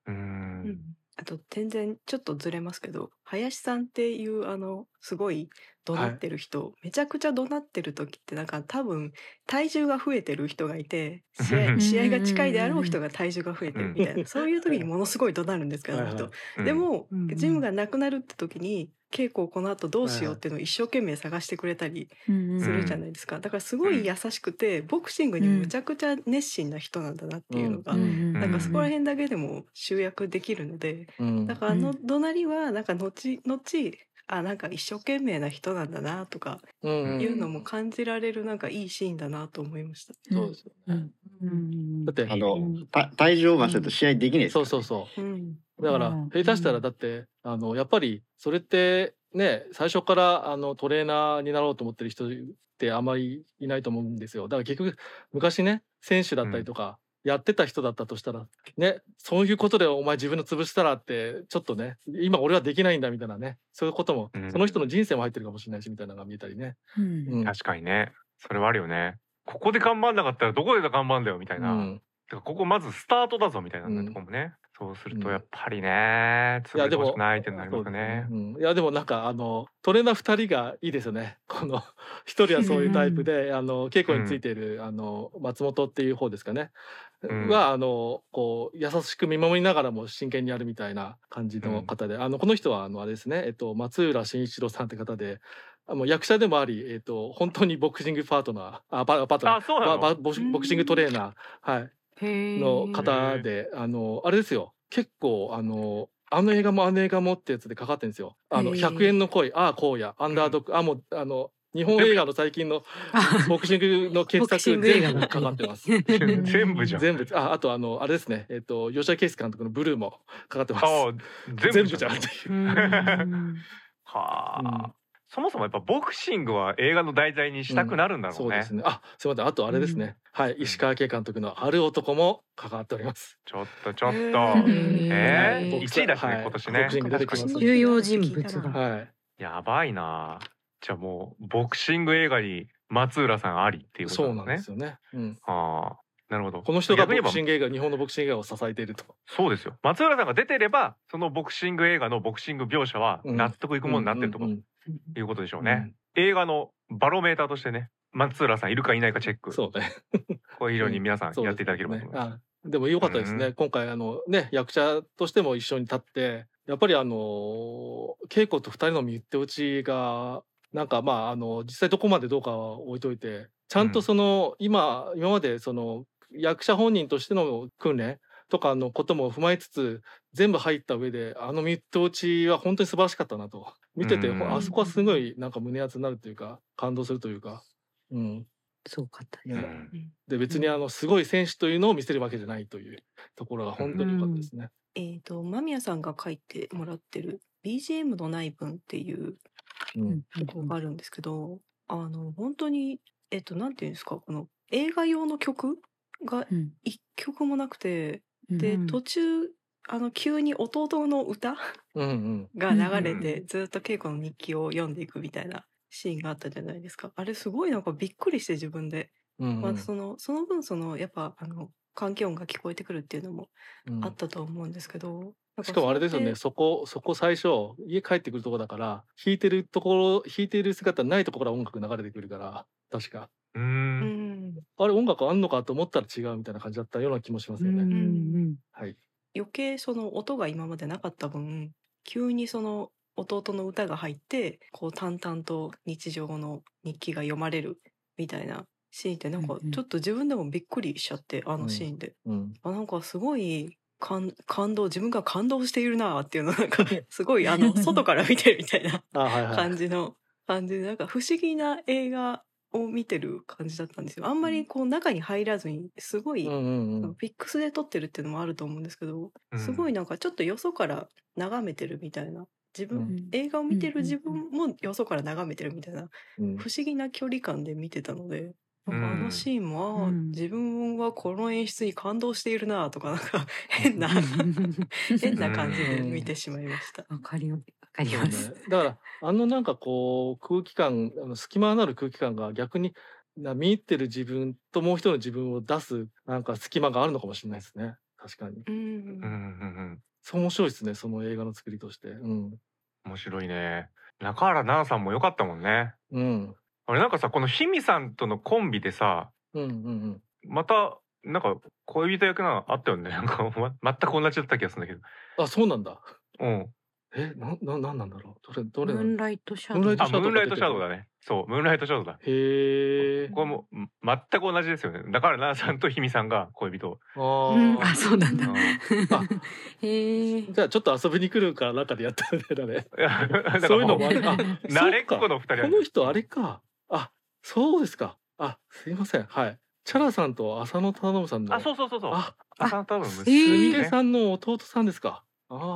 E: あと全然ちょっとずれますけど、林さんっていうすごい怒鳴ってる人、めちゃくちゃ怒鳴ってる時ってなんか多分体重が増えてる人がいて、試合が近いであろう人が体重が増えてるみたいな、そういう時にものすごい怒鳴るんですけど、あの人。でも、ジムがなくなるって時に稽古をこの後どうしようっていうのを一生懸命探してくれたりするじゃないですか。だからすごい優しくて、ボクシングにむちゃくちゃ熱心な人なんだなっていうのが、なんかそこら辺だけでも集約できるので、だから怒鳴りはなんか後々なんか一生懸命な人なんだなとかいうのも感じられるなんかいいシーンだなと思いました。
D: そうですよね。だって
G: 体重オーバーすると試合できないですからね。
D: そう。だから下手したらだってやっぱりそれってね、最初からトレーナーになろうと思ってる人ってあまりいないと思うんですよ。だから結局昔ね、選手だったりとかやってた人だったとしたらね、そういうことでお前自分の潰したらってちょっとね、今俺はできないんだみたいなね、そういうことも、その人の人生も入ってるかもしれないしみたいなのが見えたりね。
B: 確かにね、それはあるよね。ここで頑張んなかったらどこで頑張んだよみたいな。ここまずスタートだぞみたいなとこもね。そうするとやっぱりね、潰れてほしくないってなりますね。
D: いやでもなんかトレーナー2人がいいですよね。この1人はそういうタイプで稽古についている松本っていう方ですかね。はこう優しく見守りながらも真剣にやるみたいな感じの方で、この人はあれですね、松浦慎一郎さんって方で。役者でもあり、本当にボクシングパートナー、ボクシングトレーナー、の方で、あれですよ、結構映画も映画もってやつでかかってるんですよ。100円の恋、荒野、アンダードッグ、もう日本映画の最近のボクシングの傑作全部かかってます。
B: 全部じゃん。
D: 全部。あとあれですね、吉田圭佑監督のブルーもかかってます。全部じゃんっていう。
B: はあ。そもそもやっぱボクシングは映画の題材にしたくなるんだろうね。
D: そうですね。すみません。あとあれですね。はい、石川圭監督のある男も関わっております。
B: ちょっと1位だしね、今年ね。
D: ボクシング出てきます。
F: 重要人物が。
D: はい。
B: やばいな。じゃあもうボクシング映画に松浦さんありっていうこと
D: そうなんですよね。
B: なるほど。
D: この人がボクシング映画、日本のボクシング映画を支えていると。
B: そうですよ。松浦さんが出てれば、そのボクシング映画のボクシング描写は納得いくものになってるということでしょうね。映画のバロメーターとしてね、松浦さんいるかいないかチェック。
D: そうね。
B: これ非常に皆さんやっていただければと思います。
D: でも良かったですね。今回ね、役者としても一緒に立って、やっぱり稽古と2人の見手打ちがなんか実際どこまでどうかは置いといて、ちゃんと今まで役者本人としての訓練とかのことも踏まえつつ全部入った上で見手打ちは本当に素晴らしかったなと見てて、あそこはすごいなんか胸熱になるというか感動するというか、
F: そうかったね。
D: で別にすごい選手というのを見せるわけじゃないというところが本当に良かったですね。
E: 間宮さんが書いてもらってる BGM のない分っていうところがあるんですけど、本当になんていうんですか、この映画用の曲が一曲もなくて、で途中急に弟の歌が流れてずっと稽古の日記を読んでいくみたいなシーンがあったじゃないですか。あれすごいなんかびっくりして自分で、その分やっぱ環境音が聞こえてくるっていうのもあったと思うんですけど、
D: しかもあれですよね、そこ最初家帰ってくるとこだから弾いてる姿ないところから音楽流れてくるから確かあれ音楽あんのかと思ったら違うみたいな感じだったような気もしますよね。
E: 余計その音が今までなかった分急にその弟の歌が入ってこう淡々と日常の日記が読まれるみたいなシーンってなんかちょっと自分でもびっくりしちゃって、あのシーンで、なんかすごい感動、自分が感動しているなっていうのなんかすごい外から見てるみたいな感じでなんか不思議な映画を見てる感じだったんですよ。あんまりこう中に入らずにすごい、フィックスで撮ってるっていうのもあると思うんですけど、すごいなんかちょっとよそから眺めてるみたいな、映画を見てる自分もよそから眺めてるみたいな、不思議な距離感で見てたので、なんかシーンも、自分はこの演出に感動しているなとか、なんか変な感じで見てしまいました。
F: わかります。
D: だからなんかこう空気感、隙間のある空気感が逆に見入ってる自分ともう一人の自分を出すなんか隙間があるのかもしれないですね。 確かに。
B: そう
D: 面白いですね、その映画の作りとして。
B: 面白いね。中原奈々さんも良かったもんね。あれなんかさ、このひみさんとのコンビでさ、またなんか恋人役なのあったよね。なんか全く同じだった気がするんだけ
D: ど。あ、そうなんだ。なんだろ
F: う。どれ？ムーンライトシャドウ。
B: ムーンライトシャドウだね。そう、ムーンライトシャドウだ。
D: へえ。
B: これも全く同じですよね。だから奈々さんとひみさんが恋人。
F: あ、そうなんだ。
D: へえ。じゃあちょっと遊びに来るから中でやったみたいなね。
B: そういうのもある。慣れっこの二人。
D: この人あれか。あ、そうですか。あ、すいません。はい。チャラさんと浅野忠信さんの。
B: あ、そう。あ、浅野忠信。
D: すみれさんの弟さんですか。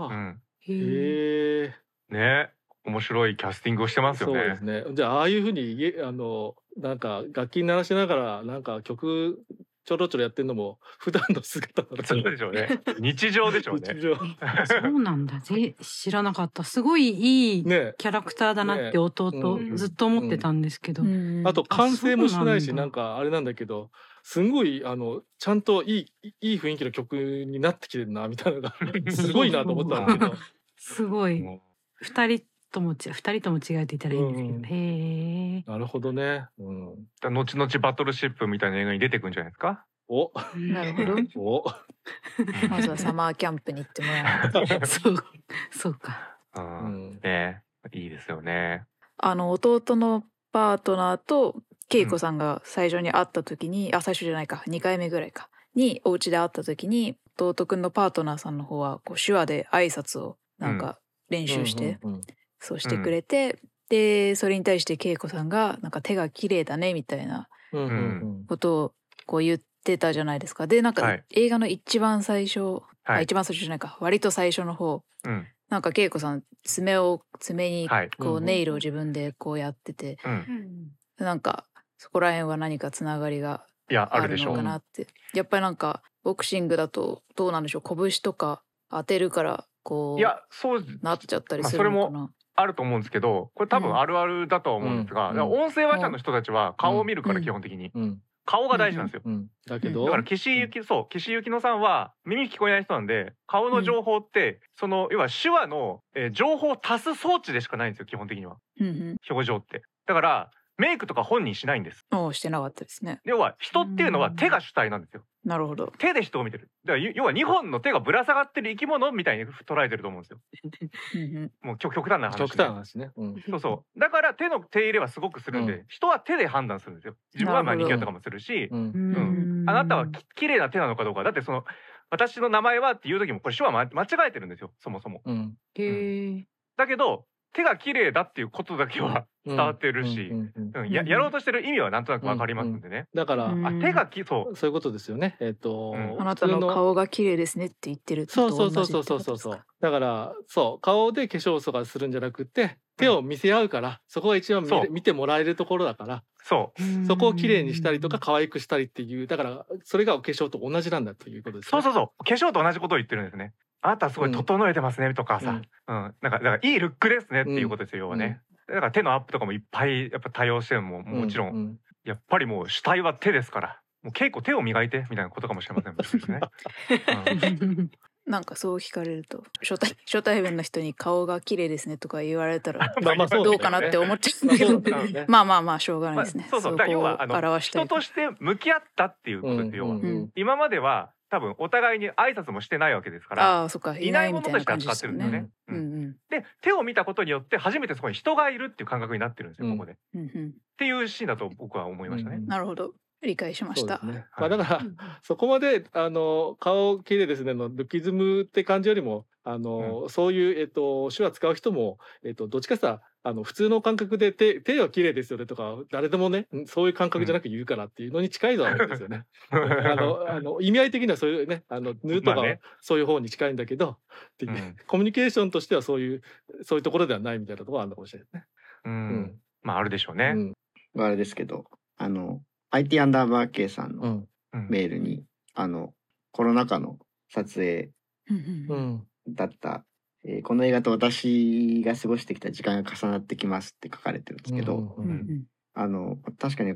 D: へえ。
B: ね、面白いキャスティングをしてますよね。
D: そうですね。じゃあああいう風になんか楽器鳴らしながらなんか曲ちょろちょろやってるのも普段の姿だ
B: そうでしょうね。日常でしょうね。
F: そうなんだ。知らなかった。すごいいいキャラクターだなって弟ずっと思ってたんですけど。
D: あと完成もしないしなんかあれなんだけど、すごいちゃんといい雰囲気の曲になってきてるなみたいなのがすごいなと思ったんだけど。
F: すごい。二人とも違うって言ったらいいんですけど。へえ。
D: なるほどね。
B: 後々バトルシップみたいな映画に出てくんじゃないですか。
C: なるほど。まずはサマーキャンプに行ってもら
F: う。そうか。
B: ね、いいですよね。
C: 弟のパートナーと恵子さんが最初に会った時に、最初じゃないか、2回目ぐらいかにお家で会った時に、弟くんのパートナーさんの方はこう手話で挨拶をなんか練習して、そうしてくれて、でそれに対して恵子さんがなんか手が綺麗だねみたいなことをこう言ってたじゃないですか。でなんか映画の一番最初、一番最初じゃないか、割と最初の方、なんか恵子さん爪にこうネイルを自分でこうやってて、なんかそこら辺は何かつながりがあるのかなって。やっぱりなんかボクシングだとどうなんでしょう、拳とか当てるからこう
B: そう
C: なっちゃったりするのかな。
B: あると思うんですけど、これ多分あるあるだとは思うんですが、音声話者の人たちは顔を見るから基本的に、顔が大事なんですよ。だから岸井ゆきのさんは耳聞こえない人なんで、顔の情報ってその要は手話の情報を足す装置でしかないんですよ、基本的には。表情って。だからメイクとか本人しないんです。
C: してなかったですね。
B: 要は人っていうのは手が主体なんですよ。
C: なるほど。
B: 手で人を見てる。だから要は2本の手がぶら下がってる生き物みたいに捉えてると思うんですよ。もう極端な話、
D: 極端な話ね。
B: そう。だから手の手入れはすごくするんで、人は手で判断するんですよ。自分はマニキュアとかもするし、あなたは綺麗な手なのかどうか。だってその私の名前はっていう時もこれ手話間違えてるんですよ、そもそも。だけど手が綺麗だっていうことだけは伝わってるし、やろうとしてる意味はなんとなくわかりますんでね。
D: だから
B: 手が
D: そういうことですよね。
C: あなたの顔が綺麗ですねって言ってる
D: と同じってことですか。だから顔で化粧とかするんじゃなくて手を見せ合うから、そこが一番見てもらえるところだから、そこを綺麗にしたりとか可愛くしたりっていう、だからそれがお化粧と同じなんだということですね。
B: そう。化粧と同じことを言ってるんですね。あなたすごい整えてますねとかさ、なんかいいルックですねっていうことですよ、要はね。だから手のアップとかもいっぱいやっぱ多用してるのももちろん、やっぱりもう主体は手ですから、もう稽古手を磨いてみたいなことかもしれませんね。
C: なんかそう聞かれると初対面の人に顔が綺麗ですねとか言われたらどうかなって思っちゃうんだけど、まあしょうがないですね。
B: 要は人として向き合ったっていうことですよ。今までは多分お互いに挨拶もしてないわけですから、いないものとして扱ってるんですよね。で手を見たことによって初めてそこに人がいるっていう感覚になってるんですよ、ここで。っていうシーンだと僕は思いましたね。
C: なるほど。理解しました。
D: だからそこまで顔綺麗ですねのルッキズムって感じよりもそういう手話使う人もどっちかさ普通の感覚で手は綺麗ですよねとか誰でもねそういう感覚じゃなく言うからっていうのに近いのはあるんですよね。意味合い的にはそういうねヌーとかそういう方に近いんだけど、コミュニケーションとしてはそういうところではないみたいなところはあるのかもしれないね。
B: まああるでしょうね。
G: あれですけどIT アンダーバー K さんのメールに、コロナ禍の撮影だった、この映画と私が過ごしてきた時間が重なってきますって書かれてるんですけど、確かにこう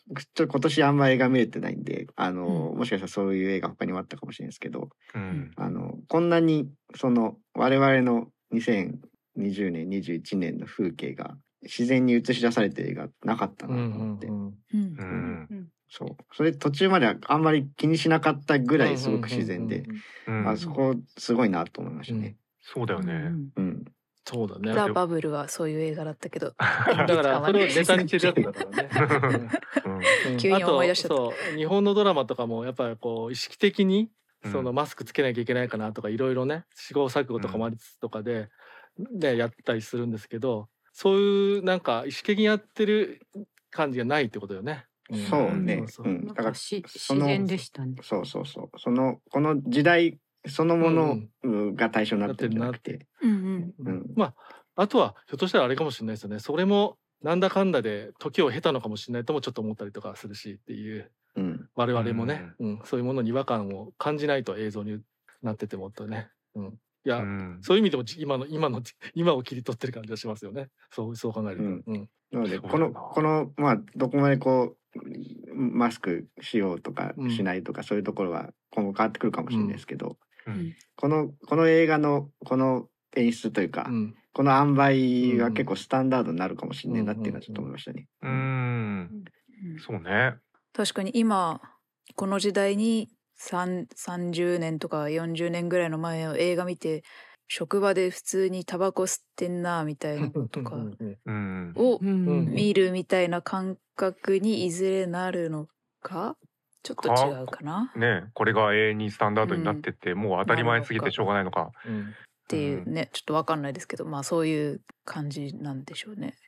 G: ちょっと今年あんま映画見れてないんでもしかしたらそういう映画他にもあったかもしれないですけど、こんなにその我々の2020年21年の風景が自然に映し出されてる映画なかったなと思って、そうそれ途中まではあんまり気にしなかったぐらいすごく自然で、そこすごいなと思いましたね。
B: そうだよね。
D: そうだね。
C: ザ・バブルはそういう映画だったけど、
D: だからそれをネタにしてるやつだからね。
C: 急に思い出しちゃった。
D: そう日本のドラマとかもやっぱりこう意識的にそのマスクつけなきゃいけないかなとかいろいろね試行錯誤とかもありつつとかでやったりするんですけど、そういうなんか意識的にやってる感じがないってことよね。
G: そうね。
F: だから自然でしたね。
G: そうこの時代そのものが対象になってるんじゃなくて、
D: まああとはひょっとしたらあれかもしれないですよね。それもなんだかんだで時を経たのかもしれないともちょっと思ったりとかするしっていう、我々もね、そういうものに違和感を感じないと映像になっててもっとね、いや、そういう意味でも今を切り取ってる感じがしますよね。そう考えると。
G: なのでこのまあどこまでこうマスクしようとかしないとか、そういうところは今後変わってくるかもしれないですけど、この映画のこの演出というか、この塩梅は結構スタンダードになるかもしれないなっていうのはちょっと思いましたね。
B: そうね。
C: 確かに今この時代に30年とか40年ぐらいの前の映画見て職場で普通にタバコ吸ってんなみたいなのとかを見るみたいな感覚にいずれなるのかちょっと違うかな。
B: ね、これが永遠にスタンダードになってて、もう当たり前すぎてしょうがないのか。
C: っていうね、ちょっと分かんないですけど、まあそういう感じなんでしょうね。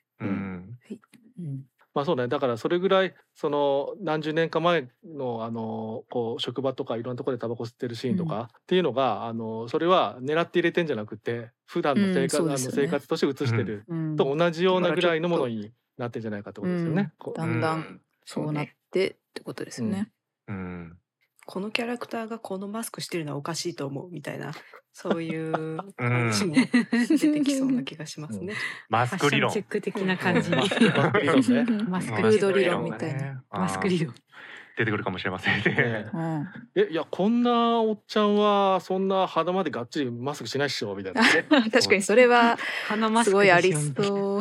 D: まあそうね、だからそれぐらいその何十年か前のこう職場とかいろんなところでタバコ吸ってるシーンとかっていうのがそれは狙って入れてんじゃなくて普段の生活として映してると同じようなぐらいのものになってんじゃないかってことですよね。
C: だんだんそうなってってことですよね。
E: このキャラクターがこのマスクしてるのはおかしいと思うみたいなそういう話も出てきそうな気がしますね。
B: マスク理論。
F: チェック的な感じに。
C: マスクフード理論みたいな。
F: マスク理論。
B: 出てくるかもしれませんね。
D: いやこんなおっちゃんはそんな鼻までがっちりマスクしないっしょみたいなね。
C: 確かにそれはすごいありそう。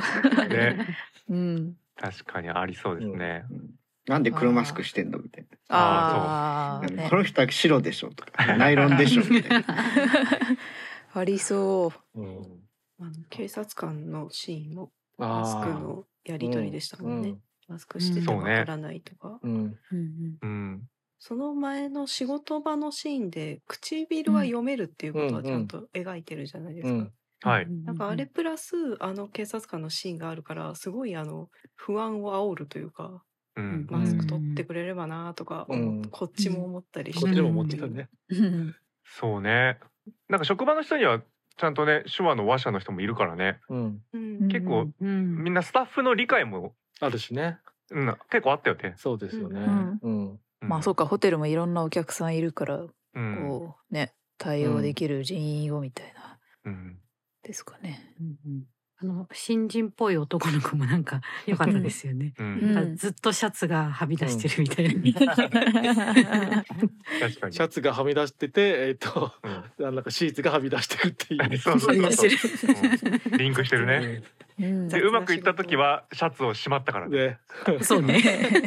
B: 確かにありそうですね。
G: なんで黒マスクしてんのみたいな。この人は白でしょとかナイロンでしょみたいな。
C: ありそう。
E: 警察官のシーンもマスクのやり取りでしたもんね。マスクしててわからないとか。その前の仕事場のシーンで唇は読めるっていうことはちゃんと描いてるじゃないですか。なんかあれプラス警察官のシーンがあるからすごい不安を煽るというか。マスク取ってくれればなとかこっちも思ったりして、
D: こっちも思ってたね。
B: そうね。なんか職場の人にはちゃんとね手話の話者の人もいるからね。結構みんなスタッフの理解も
D: あるしね。
B: 結構あったよね。
D: そうですよね。
C: まあそうかホテルもいろんなお客さんいるからこうね対応できる人員をみたいなですかね。
F: 新人っぽい男の子もなんか良かったですよね。ずっとシャツがはみ出してるみたいな。
B: 確かに。
D: シャツがはみ出してて、なんかシーツがはみ出してるっていう。
B: リンクしてるね。でうまくいった時はシャツをしまったからね。
F: そうね。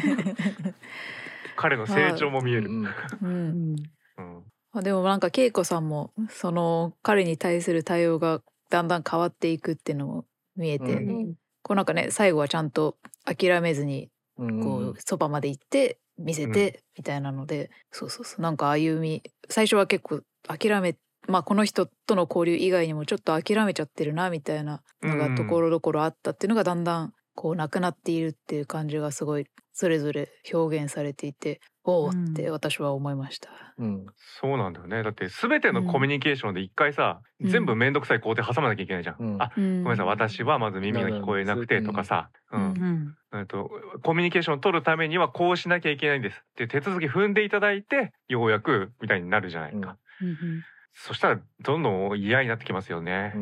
B: 彼の成長も見える。
C: でもなんか恵子さんもその彼に対する対応がだんだん変わっていくっていうのも見えて、こうなんかね最後はちゃんと諦めずにこうそばまで行って見せてみたいなので、そうなんか歩み最初は結構諦めこの人との交流以外にもちょっと諦めちゃってるなみたいなのがところどころあったっていうのがだんだんこうなくなっているっていう感じがすごいそれぞれ表現されていておーって私は思いました。
B: そうなんだよね。だって全てのコミュニケーションで一回さ、全部めんどくさい工程挟まなきゃいけないじゃん。ごめんなさい私はまず耳が聞こえなくてとかさ、コミュニケーションを取るためにはこうしなきゃいけないんですって手続き踏んでいただいてようやくみたいになるじゃないか。そしたらどんどん嫌になってきますよね。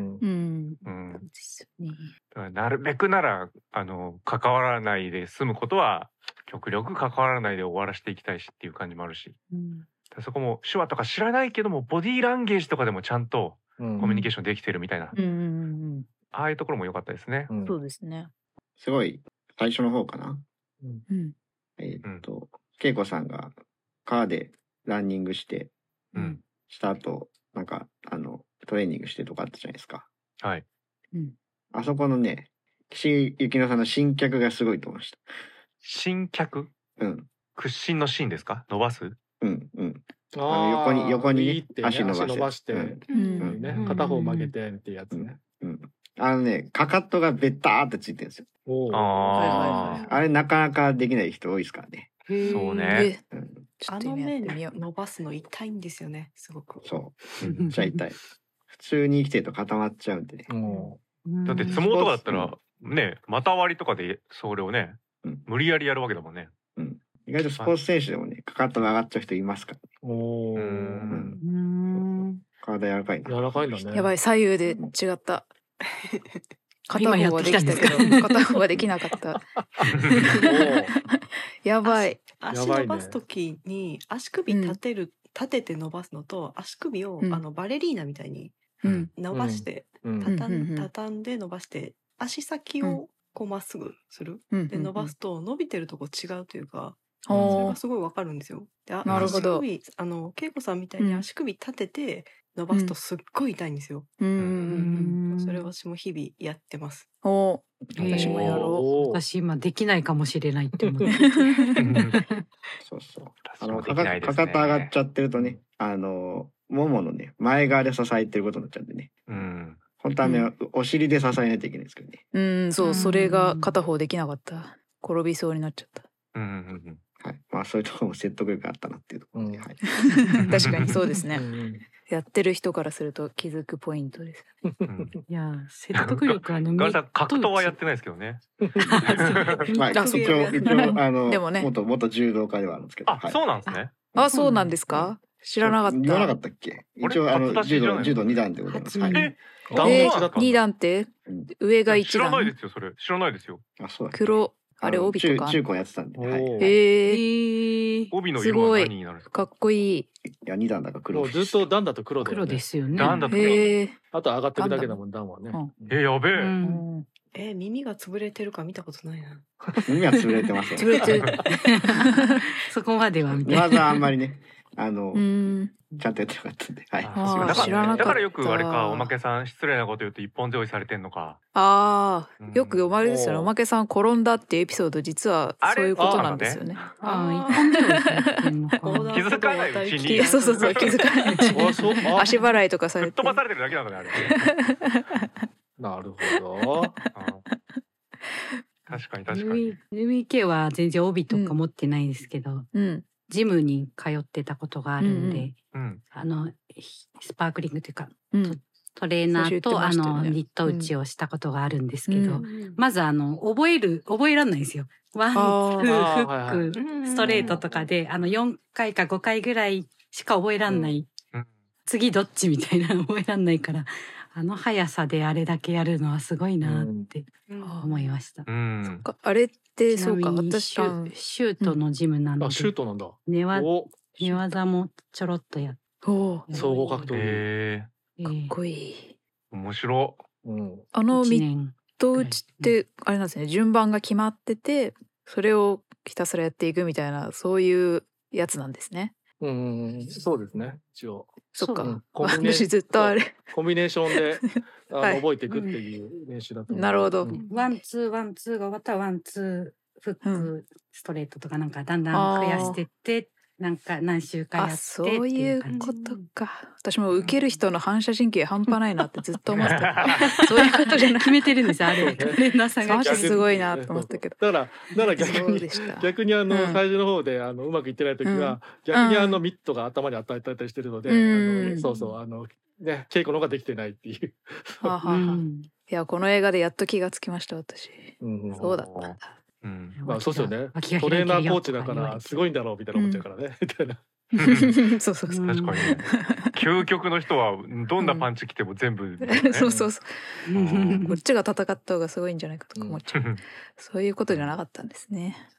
B: なるべくなら関わらないで済むことは極力関わらないで終わらせていきたいしっていう感じもあるし、そこも手話とか知らないけどもボディーランゲージとかでもちゃんとコミュニケーションできてるみたいな、ああいうところも良かったですね。
C: そうですね。
G: すごい最初の方かな。恵子さんが川でランニングして、した後なんかトレーニングしてとかあったじゃないですか。
B: はい。
G: あそこのね、岸由乃さんの新脚がすごいと思いました。
B: 新脚？屈伸のシーンですか？伸ばす？
G: 横にね、足伸ばして、
D: 片方曲げてっていうやつね。
G: かかとがベッターってついてるんですよ。あれなかなかできない人多いですからね。
B: そうね。
E: 面伸ばすの痛いんですよね、すごく。
G: そう。じゃ痛い。普通に生きてると固まっちゃうんでね。
B: だって相撲とかだったらね、股割りとかでそれをね、無理やりやるわけだもんね。
G: 意外とスポーツ選手でもね、かかとが上がっちゃう人いますからね。体柔らかいな。
D: 柔らかいんだね。
C: やばい、左右で違った。片方はできたけど片方はできなかった。やばい。
E: 足伸ばすときに足首立てて伸ばすのと、足首をバレリーナみたいに伸ばして畳んで伸ばして足先をこうまっすぐするで伸ばすと伸びてるとこ違うというか、それがすごいわかるんですよ。
C: なるほど。
E: 恵子さんみたいに足首立てて伸ばすとすっごい痛いんですよ。それ私も日々やってます。
C: 私もやろ
F: う。私今できないかもしれないって思って。
G: そうそう。かかと上がっちゃってるとね、もものね前側で支えてることになっちゃうんでね。本当はね、お尻で支えないといけないんですけどね。
C: そう、それが片方できなかった。転びそうになっちゃった。
G: はい、まあそういうところも説得力あったなっていうところで、
C: 確かにそうですね。やってる人からすると気づくポイントです。
F: いや説得力は
B: ガルさん格闘はやってないですけどね。
G: まあ一応でもね、元柔道家ではあるんですけど。
B: そうなんですね。
C: そうなんですか。知らなかった。
G: 言わなかったっけ？一応柔道2段でございます。
C: 2段って上が1段。
B: 知らないですよそれ。知らないですよ。
G: そうだ。
C: 黒。あれ帯とか
G: 中高やってたんで。
B: 帯の色は何になるんですか？
C: かっこいい。
G: いや2段だから黒。
D: ずっと段だと黒だよね。
F: 黒ですよね。
B: 段だと黒。
D: あと上がってるだけだもん段はね。
B: やべ
E: え。耳が潰れてるか見たことないな。
G: 耳は潰れてますよ。
C: 潰れてる。
F: そこまでは
G: まずあんまりね。ちゃんとやってなかったんで。
C: だ
B: からよくあれか、おまけさん失礼なこと言うと一本背負いされてんのか。
C: よく読まれですよね。おまけさん転んだっていうエピソード実はそういうことなんですよね。
B: 気づかないうちに。
C: そう気づかないうちに。足払いとかされて。
B: 飛ばされてるだけなのねあれ。
D: なるほど。
B: 確かに。
F: NBK は全然帯とか持ってないですけど。ジムに通ってたことがあるんで、スパークリングというか、トレーナーとニット打ちをしたことがあるんですけど、まず覚えらんないんですよ。ワン、ツー、フック、ストレートとかで4回か5回ぐらいしか覚えらんない。次どっちみたいな覚えらんないから、速さであれだけやるのはすごいなって思いました。
C: あれってそうか、私
F: シュートのジムなんで。
D: シュートなんだ。
F: 寝技もちょろっとやっ
D: 総合格闘
C: 技。かっこいい。
B: 面白。
C: ミット打ちってあれなんですね。順番が決まってて、それをひたすらやっていくみたいなそういうやつなんですね。
D: そうですね。一応。
C: そっか。私ずっとあれ。
D: コンビネーションで覚えていくっていう練習だと思う。
C: なるほど。
F: ワンツーワンツーが終わったらワンツーフックストレートとかなんかだんだん増やしてってなんか何週間やって
C: そういうことか。私も受ける人の反射神経半端ないなってずっと思ってた。そういうことじゃなく
F: 決めてるんですよあれ。トレーナーさんが
C: すごいなと思ったけど。
D: だから逆に最初の方でうまくいってない時は逆にミットが頭に当たったりしてるので、そうね稽古の方ができてないっていう。
C: いやこの映画でやっと気がつきました私。そうだったんだ。
D: まあそうですよね。トレーナーコーチだからすごいんだろうみたいな思っちゃうからねみたいな。
C: そう
B: 確かに究極の人はどんなパンチ来ても全部
C: そうこっちが戦った方がすごいんじゃないかとか思っちゃう。そういうことじゃなかったんですね。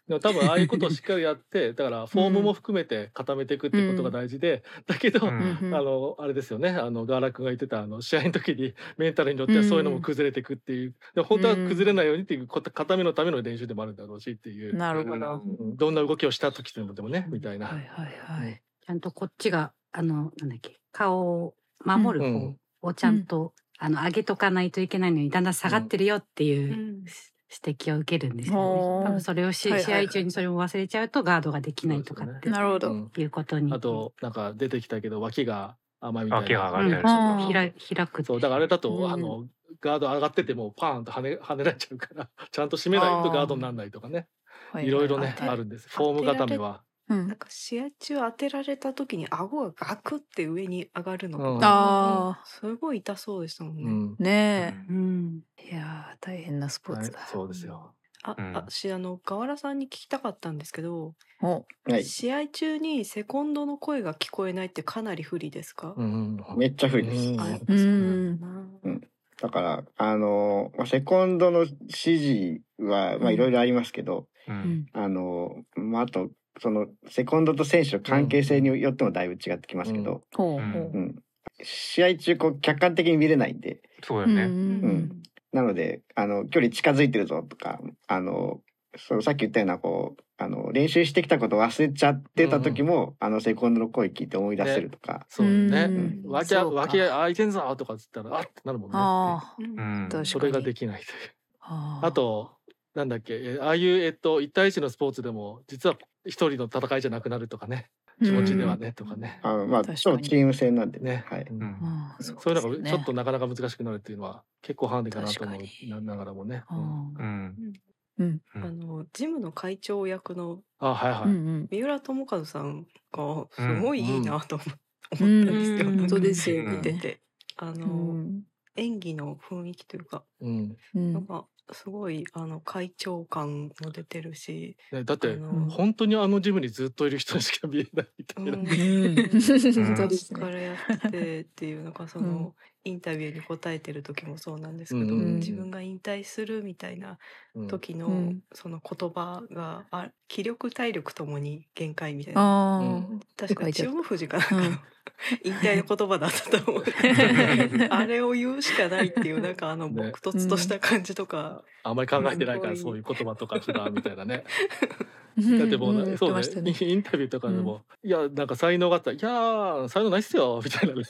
D: でも多分ああいうことをしっかりやってだからフォームも含めて固めていくってことが大事で、だけど、あれですよねガーラ君が言ってた試合の時にメンタルによってはそういうのも崩れていくっていう、で本当は崩れないようにっていう固めのための練習でもあるんだろうしっていう、
C: なるほど、
D: どんな動きをした時でもねみたいな、
C: はいはいはい、
F: ちゃんとこっちがなんだっけ顔を守る方をちゃんと、上げとかないといけないのにだんだん下がってるよっていう、指摘を受けるんですよね。多分それを試合中にそれも忘れちゃうとガードができないとかって、
C: なるほど、
F: いうことに。
D: あとなんか出てきたけど脇が甘いみたいな。
B: 脇が上がったり
F: 開く。
D: そうだからあれだと、ガード上がっててもパーンと跳ねられちゃうからちゃんと締めないとガードにならないとかね、いろいろねあるんです。フォーム固めは。
E: なんか試合中当てられた時に顎がガクって上に上がるのと
C: か、
E: すごい痛そうでしたもんね。
C: ねえ、いや大変なスポーツだ。
D: そうですよ。
E: 私河原さんに聞きたかったんですけど、試合中にセコンドの声が聞こえないってかなり不利ですか？
G: めっちゃ不利です。だからセコンドの指示はいろいろありますけど、あとそのセコンドと選手の関係性によってもだいぶ違ってきますけど、試合中客観的に見れないんで、
B: そうだよね。
G: なので距離近づいてるぞとかさっき言ったような練習してきたこと忘れちゃってた時も、セコンドの声聞いて思い出せるとか、
D: そうね、脇開いてんぞとかっつったらあってなるもんね。それができないという。あとなんだっけああいう1対1のスポーツでも実は一人の戦いじゃなくなるとかね、気持ちではねとかね。
G: ちょっとチーム戦なんでね。はい。
D: そういうのがちょっとなかなか難しくなるっていうのは結構ハンデかなと思いながらもね。
E: ジムの会長役の三浦友和さんがすごいいいなと思ったんですよ。
C: 本当ですよ
E: 見てて演技の雰囲気というか、なんかすごい会長感も出てるし、
D: だって本当にジムにずっといる人にしか見えないみたいな。
E: 昔からやってっていうのがそのインタビューに答えてる時もそうなんですけど、自分が引退するみたいな時のその言葉が気力体力ともに限界みたいな、確か千代の富士かなんかの引退の言葉だったと思う。あれを言うしかないっていうなんか朴突とした感じとか、
D: あんまり考えてないからそういう言葉とか普段みたいなね。だってもうそうね、インタビューとかでもいやなんか才能があったらいや才能ないっすよみたいなね。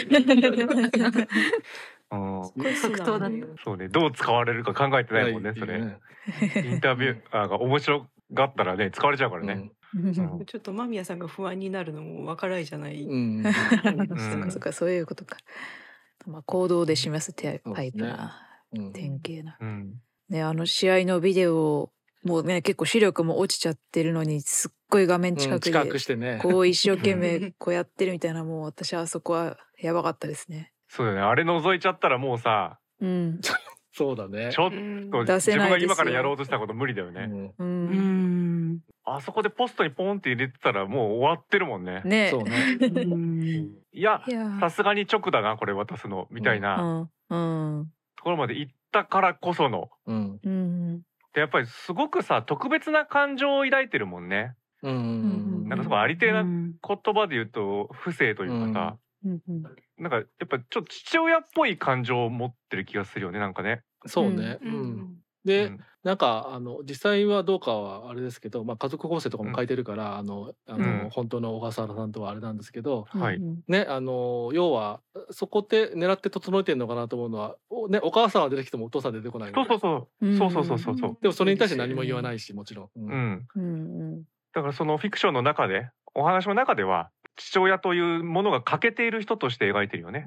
F: 即答だね。
B: そうね、どう使われるか考えてないもんねそれ。インタビューが面白がったらね使われちゃうからね。
E: ちょっと間宮さんが不安になるのも分からないじゃない。
C: そうかそういうことか。行動で示すタイプな典型な。ね試合のビデオもうね結構視力も落ちちゃってるのにすっごい画面近くでこう一生懸命こうやってるみたいな、もう私はそこはやばかったですね。
B: そうだね、あれ覗いちゃったらもうさ、
D: そうだね、
B: ちょっと自分が今からやろうとしたこと無理だよね。あそこでポストにポンって入れてたらもう終わってるもんね。
D: そうね。
B: いやさすがに直だなこれ渡すのみたいなところまで行ったからこその。でやっぱりすごくさ特別な感情を抱いてるもんね。なんかすごいありてえな言葉で言うと不正というかさ、なんかやっぱちょっと父親っぽい感情を持ってる気がするよねなんかね。
D: そうね。でなんか実際はどうかはあれですけど、家族構成とかも書いてるから本当の小笠原さんとはあれなんですけど、ね要はそこで狙って整えてるのかなと思うのはね、お母さんは出てきてもお父さん出てこない。
B: そう
D: でもそれに対して何も言わないしもちろ
B: ん。だからそのフィクションの中でお話の中では父親というものが欠けている人として描いてるよね。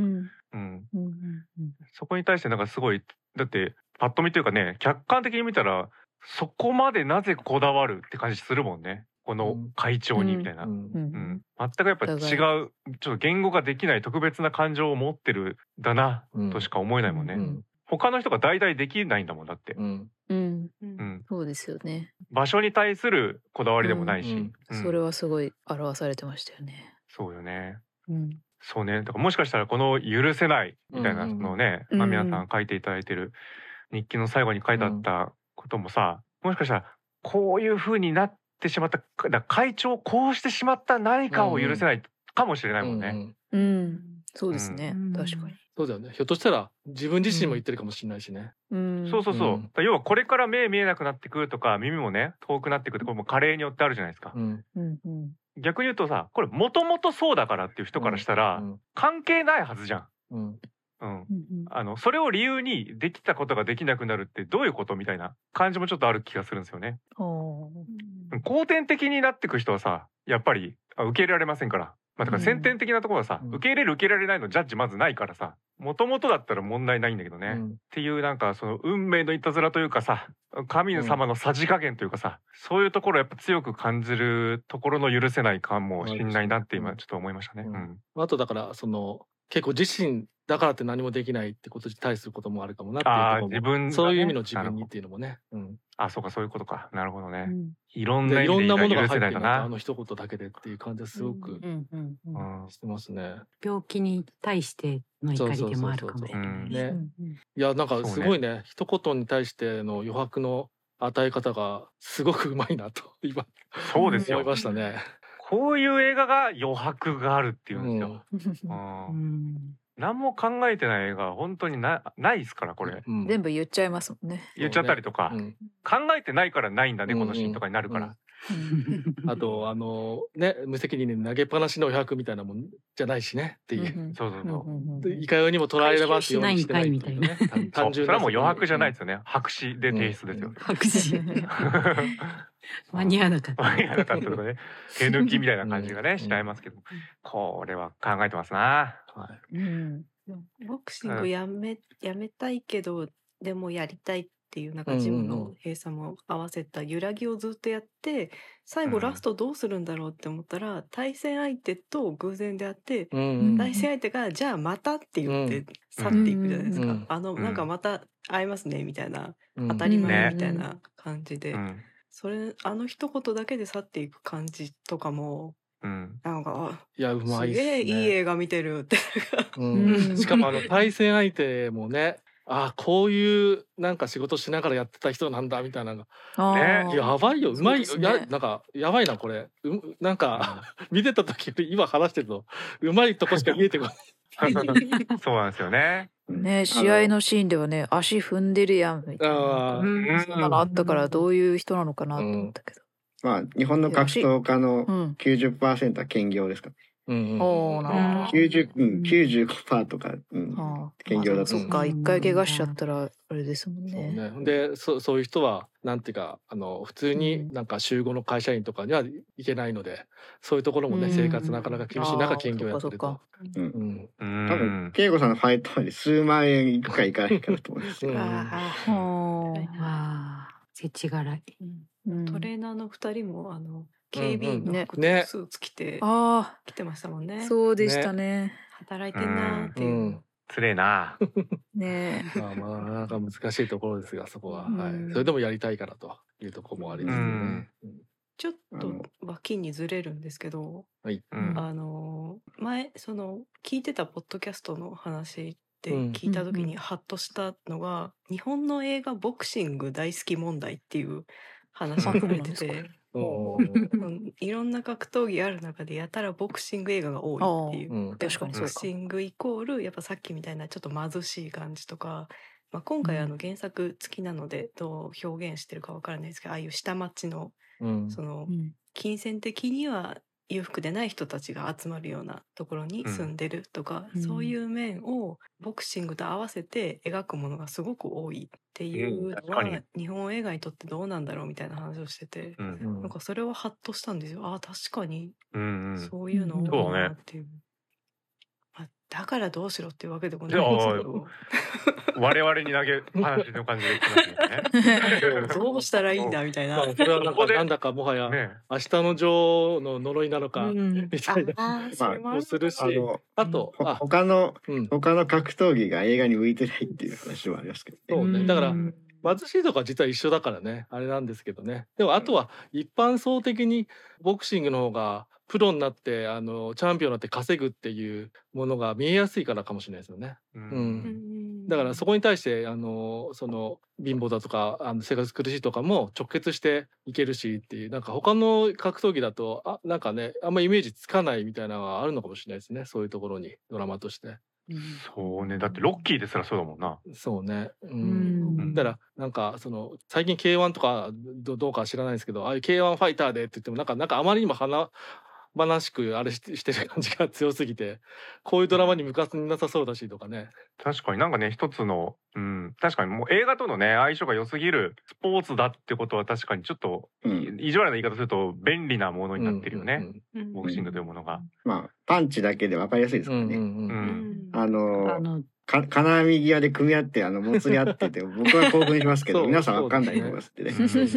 B: そこに対してなんかすごいだってパッと見というかね客観的に見たらそこまでなぜこだわるって感じするもんねこの会長にみたいな。全くやっぱ違うちょっと言語ができない特別な感情を持ってるんだなとしか思えないもんね。他の人が代々できないんだもんだって。
C: そうですよね。
B: 場所に対するこだわりでもないし、
C: それはすごい表されてましたよね。
B: そうよね。そうね。だからもしかしたらこの許せないみたいなのをね、間宮さん書いていただいてる日記の最後に書いてあったこともさ、もしかしたらこういう風になってしまった会長こうしてしまった何かを許せないかもしれないもんね。
C: そうですね、確かに。
D: そうだよね。ひょっとしたら自分自身も言ってるかもしれないしね。
B: そうそうそう。要はこれから目見えなくなってくるとか耳もね遠くなってくるとこれも加齢によってあるじゃないですか。逆に言うとさこれもともとそうだからっていう人からしたら関係ないはずじゃん。それを理由にできたことができなくなるってどういうことみたいな感じもちょっとある気がするんですよね。後天的になってく人はさやっぱり受け入れられませんから。だから先天的なところはさ、受け入れる受け入れられないのジャッジまずないからさ、もともとだったら問題ないんだけどね、っていうなんかその運命のいたずらというかさ、神様のさじ加減というかさ、そういうところやっぱ強く感じるところの許せない感もしんないなって今ちょっと思いましたね。
D: あとだからその結構自身だからって何もできないってことに対することもあるかもなっていうところも、自分、そういう意味の自分にっていうのもね。
B: そうかそういうことか。なるほどね。
D: いろんなものが入ってないな。あの一言だけでっていう感じはすごくしてますね。
F: 病気に対しての怒りでもあるかもしれないね。
D: いやなんかすごいね、一言に対しての余白の与え方がすごくうまいなと今
B: そうですよ
D: 思いましたね。
B: こういう映画が余白があるっていうんですよ。何も考えてない映画は本当にないですからこれ。
C: 全部言っちゃいますもんね。
B: 言っちゃったりとか、考えてないからないんだねこのシーンとかになるから。
D: あとね無責任に投げっぱなしの余白みたいなもんじゃないしねっていう。
B: そうそうそう。
D: いかようにも捉えれますようにしてないみたいなね。
B: 単純な。それはもう余白じゃないですよね。白紙で提出ですよ。
F: 白紙。間に合わなかった。
B: 間に合わなかったとかね。手抜きみたいな感じがねしちゃいますけど、これは考えてますな。
E: ボクシングやめたいけどでもやりたいっていうなんかジムの閉鎖も合わせた揺らぎをずっとやって最後ラストどうするんだろうって思ったら対戦相手と偶然であって対戦相手がじゃあまたって言って去っていくじゃないですか。なんかまた会えますねみたいな当たり前みたいな感じでそれ一言だけで去っていく感じとかもなんか
D: いやうまいっすね。
E: すげえいい映画見てるって
D: しかも対戦相手もねこういうなんか仕事しながらやってた人なんだみたいなのがやばいようまいよ、なんかやばいなこれなんか見てた時より今話してるとうまいとこしか見えてこない。
B: そうなんですよね。
C: ね試合のシーンではね足踏んでるやんみたいなそんなのあったからどういう人なのかなと思ったけど。
G: 日本の格闘家の 90% は兼業ですかね。95% とか兼業だと思う。
C: そっか一回怪我しちゃったらあれですもんね。
D: でそういう人はなんていうか普通になんか週5の会社員とかにはいけないのでそういうところもね生活なかなか厳しい中兼業やってると。
G: 多分恵子さんのファイトまで数万円いくかいかないかと思います。
F: せちがらい。
E: トレーナーの2人も警備員の服とスーツ着て来てましたもんね。
C: そうでしたね。
E: 働いてんなっていう。
B: つれえな。
C: ね
D: なんか難しいところですがそこはそれでもやりたいからというところもありますね。
E: ちょっと脇にずれるんですけど、前聞いてたポッドキャストの話で聞いた時にハッとしたのが日本の映画ボクシング大好き問題っていう話がされてていろんな格闘技ある中でやたらボクシング映画が多いっていう。
C: 確かにそうか。
E: ボクシングイコールやっぱさっきみたいなちょっと貧しい感じとか、今回原作付きなのでどう表現してるかわからないですけどああいう下町のその金銭的には裕福でない人たちが集まるようなところに住んでるとか、そういう面をボクシングと合わせて描くものがすごく多いっていうのは日本映画にとってどうなんだろうみたいな話をしてて、なんかそれはハッとしたんですよ。確かにそういうの多いなっていう。だからどうしろっていうわけでもないんですけど
B: 我々に投げ話の感じできますよね。
E: どうしたらいいんだみたいな。
D: それはなんだかもはや明日の女王の呪いなのかみたいなもするし、あと
G: 他の格闘技が映画に向いてないっていう話もありますけど。
D: そうね。だから貧しいとか実は一緒だからねあれなんですけどね。でもあとは一般層的にボクシングの方がプロになってチャンピオンになって稼ぐっていうものが見えやすいからかもしれないですよね。だからそこに対してその貧乏だとか生活苦しいとかも直結していけるしっていう、なんか他の格闘技だとなんかねあんまイメージつかないみたいなのがあるのかもしれないですね、そういうところにドラマとして。
B: そうね、だってロッキーですらそうだもんな。
D: そうね、だからなんか最近 K1 とかどうか知らないですけど、ああいう K1 ファイターでって言ってもなんかあまりにも華々しくあれしてる感じが強すぎて、こういうドラマに向かってなさそうだしとかね。
B: 確かになんかね、一つの、確かにもう映画とのね相性が良すぎるスポーツだってことは確かにちょっと、意地悪な言い方すると便利なものになってるよね、ボクシングというものが。
G: まあパンチだけで分かりやすいですからね。金網際で組み合ってもつり合ってて僕は興奮しますけど皆さん分かんないと思いますってね。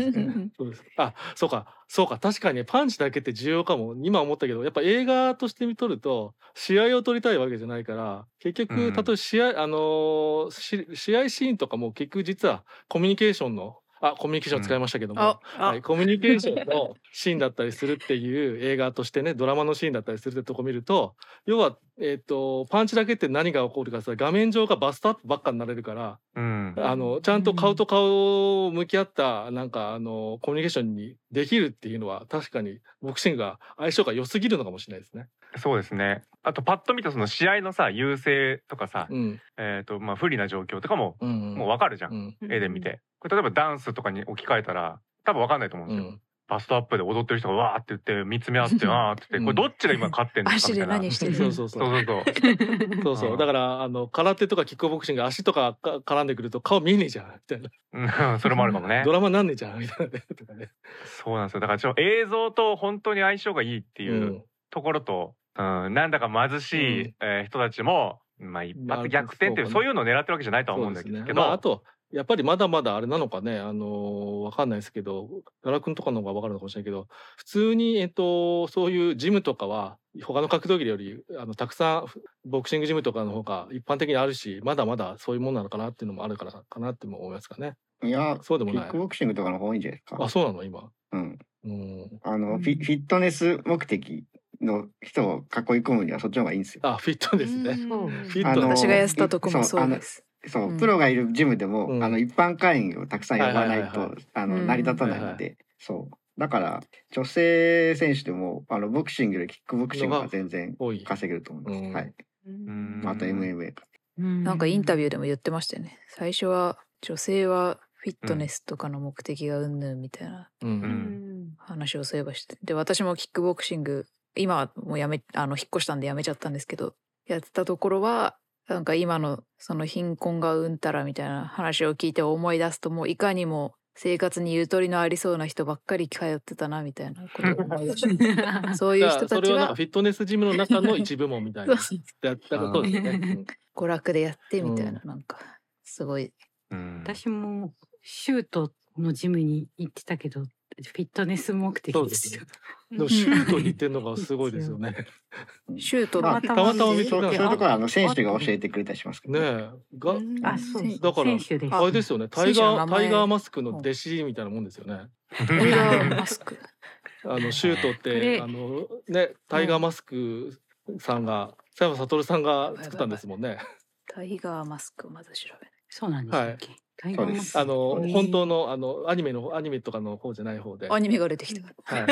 D: そうか確かにパンチだけって重要かも今思ったけど、やっぱ映画として見とると試合を撮りたいわけじゃないから、結局例えば試合シーンとかも結局実はコミュニケーションのコミュニケーション使いましたけども、コミュニケーションのシーンだったりするっていう映画としてね、ドラマのシーンだったりするってとこ見ると、要はパンチだけって何が起こるかさ、画面上がバストアップばっかになれるから、ちゃんと顔と顔を向き合ったなんかコミュニケーションにできるっていうのは確かにボクシングが相性が良すぎるのかもしれないですね。
B: そうですね。あとパッと見たその試合のさ優勢とかさ、不利な状況とかも、もう分かるじゃん、絵で見て。これ例えばダンスとかに置き換えたら多分分かんないと思うんですよ。バストアップで踊ってる人がわーって言って見つめ合ってって言って、これどっちが今勝ってんのかみたいな。
C: 足で何してるの。
D: そうだから空手とかキックボクシング足とか絡んでくると顔見えねえじゃんみたい
B: な。それもあるかもね。
D: ドラマなんねえじゃんみたいなとかね。
B: そうなんですよ。だから映像と本当に相性がいいっていうところと、なんだか貧しい人たちも一発逆転っていうそういうのを狙ってるわけじゃないとは思うんだけど、
D: あとやっぱりまだまだあれなのかね、わかんないですけど、ガラ君とかの方がわかるのかもしれないけど、普通にそういうジムとかは他の格闘技よりたくさんボクシングジムとかの方が一般的にあるし、まだまだそういうもんなのかなっていうのもあるからかなっても思いますかね。
G: いや
D: そうでもない。
G: キックボクシングとかの方が多いんじゃないですか。
D: そうなの今。
G: フィットネス目的の人を囲い込むにはそっちの方がいいんですよ。
D: フィットネスね。
C: 私がやってたとこもそうです。
G: プロがいるジムでも、一般会員をたくさん呼ばないと成り立たないので、だから女性選手でもボクシングよりキックボクシングが全然稼げると思います。はい。あと MMA か。
C: なんかインタビューでも言ってましたよね。最初は女性はフィットネスとかの目的がうんぬんみたいな話をそういえばして、で私もキックボクシング今はもう引っ越したんでやめちゃったんですけど、やってたところはなんか今のその貧困がうんたらみたいな話を聞いて思い出すと、もういかにも生活にゆとりのありそうな人ばっかり通ってたなみたいなことを思い出してそういう人たちが
D: それはなんかフィットネスジムの中の一部門みたいなやったことですね。
C: 娯楽でやってみたいな、なんかすごい。
F: 私もシュートのジムに行ってたけどフィットネス目的ですよ。
D: でもシュートに行ってるのがすごいですよね。
C: シュート
G: たまたま見てそういうところは選手が教えてくれたりしますけど
D: ね。
F: そう
D: だからあれですよね。タイガーマスクの弟子みたいなもんですよね。
C: タイガーマスク。
D: シュートってタイガーマスクさんが佐山悟さんが作ったんですもんね。
C: タイガーマスクをまず調べない。
F: そうなんですっけ。
G: そうです。
D: 本当のアニメとかの方じゃない方で。
C: アニメが出てきた。
D: タ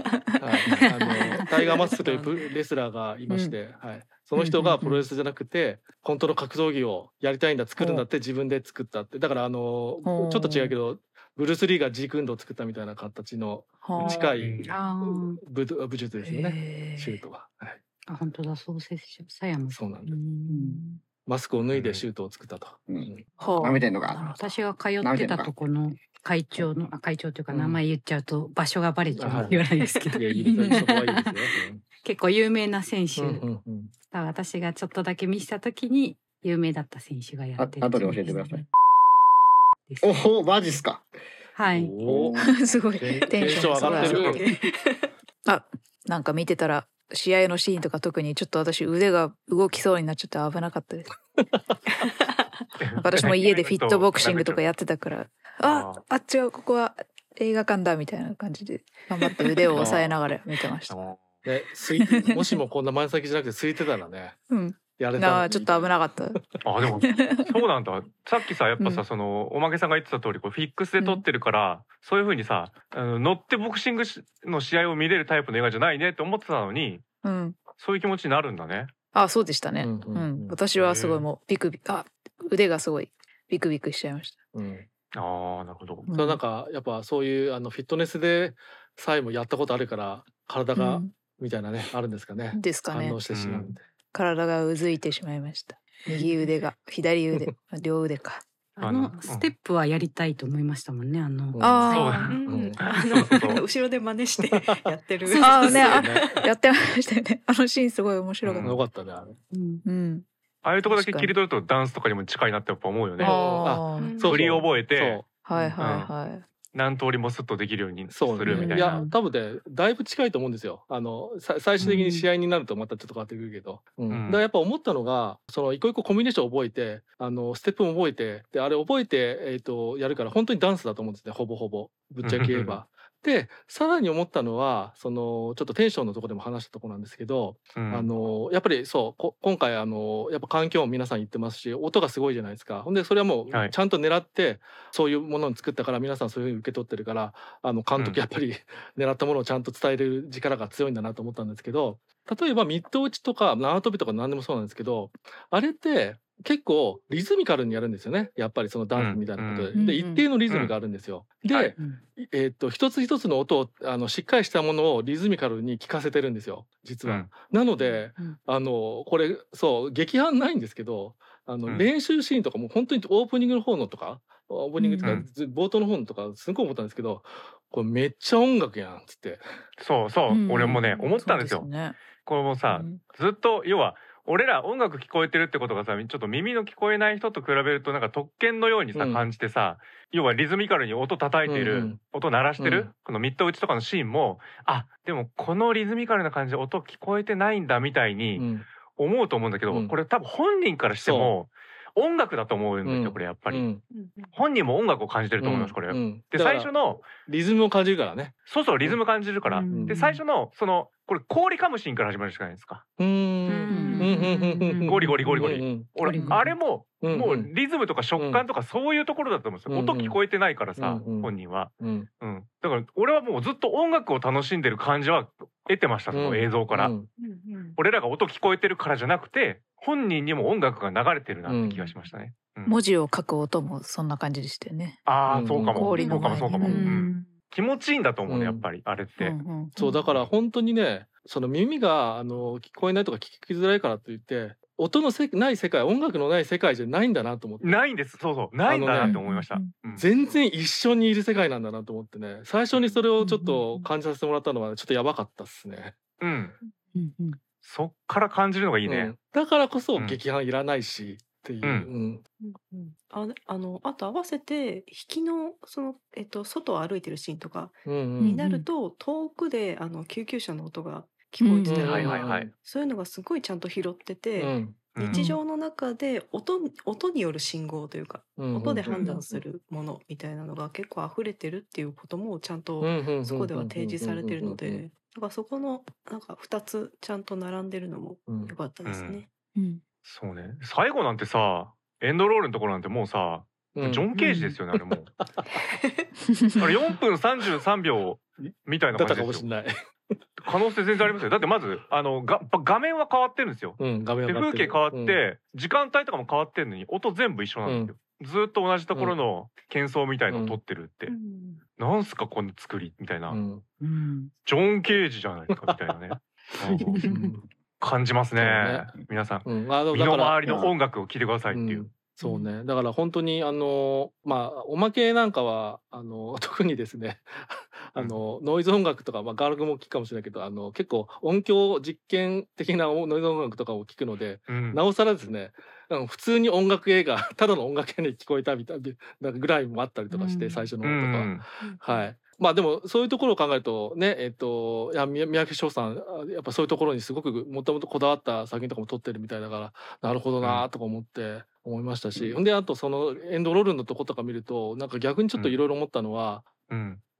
D: イガーマスクというレスラーがいまして、その人がプロレスじゃなくて本当の格闘技をやりたいんだ、作るんだって自分で作ったって。だからちょっと違うけどブルース・リーがジークンドを作ったみたいな形の近い武術ですよね。シュートは。
F: 本当だ、そうせさやも
D: そうなんだ。マスクを脱いでシュートを作ったと。
G: 舐めてんのか。
F: 私が通ってたとこの会長というか名前言っちゃうと場所がバレちゃう言わないですけど、結構有名な選手。私がちょっとだけ見せた時に有名だった選手がやってる。
G: 後で教えてください。お、マジっすか。
F: はい。
C: すごいテンション上がってる。なんか見てたら。試合のシーンとか特にちょっと私腕が動きそうになっちゃって危なかったです。私も家でフィットボクシングとかやってたから違うここは映画館だみたいな感じで頑張って腕を押さえながら見てました。
D: ね、もしもこんな満席じゃなくて空いてたらね、やれた。
C: ちょっと危なかった。
B: あ、でもそうなんだ。さっきさやっぱさ、そのおまけさんが言ってた通りこうフィックスで撮ってるから、そういう風にさ乗ってボクシングの試合を見れるタイプの映画じゃないねって思ってたのに、そういう気持ちになるんだね。
C: あ、そうでしたね。私はすごいもうビクビク、腕がすごいビクビクしちゃいました。
B: ああ、なるほど。
D: そう、なんかやっぱそういうフィットネスでさえもやったことあるから体が、みたいなねあるんですかね。
C: ですかね。
D: 反応してしまうみたいな。
C: 体がうずいてしまいました。右腕が左腕両腕か。
F: ステップはやりたいと思いましたもんね。
E: 後ろで真似してやってる。
C: やってましたよね。あのシーンすごい面白かった。
D: よかったね。
B: ああいうとこだけ切り取るとダンスとかにも近いなってやっぱ思うよね。振り覚えて、何通りもスッとできるようにするみたいな。
D: いや多分ねだいぶ近いと思うんですよ。最終的に試合になるとまたちょっと変わってくるけど、だからやっぱ思ったのがその一個一個コミュニケーションを覚えてステップも覚えてであれ覚えてやるから本当にダンスだと思うんですね。ほぼほぼぶっちゃけ言えば。でさらに思ったのはそのちょっとテンションのところでも話したところなんですけど、やっぱりそう今回やっぱ環境も皆さん言ってますし音がすごいじゃないですか。ほんでそれはもうちゃんと狙ってそういうものを作ったから皆さんそういうふうに受け取ってるから監督やっぱり狙ったものをちゃんと伝える力が強いんだなと思ったんですけど、例えばミット打ちとか縄跳びとか何でもそうなんですけど、あれって結構リズミカルにやるんですよね。やっぱりそのダンスみたいなことで、一定のリズムがあるんですよ。で、一つ一つの音をしっかりしたものをリズミカルに聞かせてるんですよ実は。なのでこれそう劇伴ないんですけど練習シーンとかも本当にオープニングの方のとかオープニングとか冒頭の方のとかすごい思ったんですけど、これめっちゃ音楽やんっつって。
B: そう俺もね思ったんですよ。これもさずっと要は俺ら音楽聞こえてるってことがさちょっと耳の聞こえない人と比べるとなんか特権のようにさ感じてさ、要はリズミカルに音叩いてる、音鳴らしてる、このミット打ちとかのシーンもでもこのリズミカルな感じで音聞こえてないんだみたいに思うと思うんだけど、これ多分本人からしても音楽だと思うんですよこれやっぱり。本人も音楽を感じてると思いますこれ。で最初の
D: リズムを感じるからね。
B: そうリズム感じるから。で最初のそのこれ氷噛むシーンから始まるじゃないですか。ゴリゴリゴリゴリ。俺あれももうリズムとか食感とかそういうところだと思うんですよ。音聞こえてないからさ本人は。だから俺はもうずっと音楽を楽しんでる感じは得てましたその映像から。俺らが音聞こえてるからじゃなくて本人にも音楽が流れてるなって気がしましたね。
C: 文字を書く音もそんな感じでしたよね。
B: そうかもそうかも。気持ちいいんだと思うねやっぱりあれって。
D: そうだから本当にねその耳が聞こえないとか聞きづらいからといって音のない世界音楽のない世界じゃないんだなと思って。
B: ないんです。そうないんだなって思いました。
D: 全然一緒にいる世界なんだなと思ってね最初にそれをちょっと感じさせてもらったのはちょっとやばかったっすね。
B: そっから感じるのがいいね。
D: だからこそ劇伴いらないしっていう。
E: あと合わせて引きのその外を歩いてるシーンとかになると遠くで救急車の音が聞こえてたり、そういうのがすごいちゃんと拾ってて、日常の中で音による信号というか、音で判断するものみたいなのが結構溢れてるっていうこともちゃんとそこでは提示されてるので、だからそこのなんか2つちゃんと並んでるのも良かったですね。
B: そうね。最後なんてさエンドロールのところなんてもうさジョン・ケージですよねあれもう。あれ4分33秒みたいな感じですよ。可能性全然ありますよ。だってまず画面は変わってるんですよ。で風景変わって時間帯とかも変わってるのに音全部一緒なんですよ。ずっと同じところの喧騒みたいのを撮ってるって、なんすかこの作りみたいな、ジョン・ケージじゃないですかみたいなね感じますね皆さん。身の回りの音楽を聴いてくださいっていう。
D: そうね、だから本当におまけなんかは特にですねノイズ音楽とか、ガールクも聞くかもしれないけど結構音響実験的なノイズ音楽とかを聞くので、なおさらですね普通に音楽映画ただの音楽映画に聞こえたみたいなぐらいもあったりとかして、最初の方とかはい。でもそういうところを考えるとね三宅翔さんやっぱそういうところにすごくもともとこだわった作品とかも撮ってるみたいだからなるほどなとか思いましたし、であとそのエンドロールのとことか見るとなんか逆にちょっといろいろ思ったのは、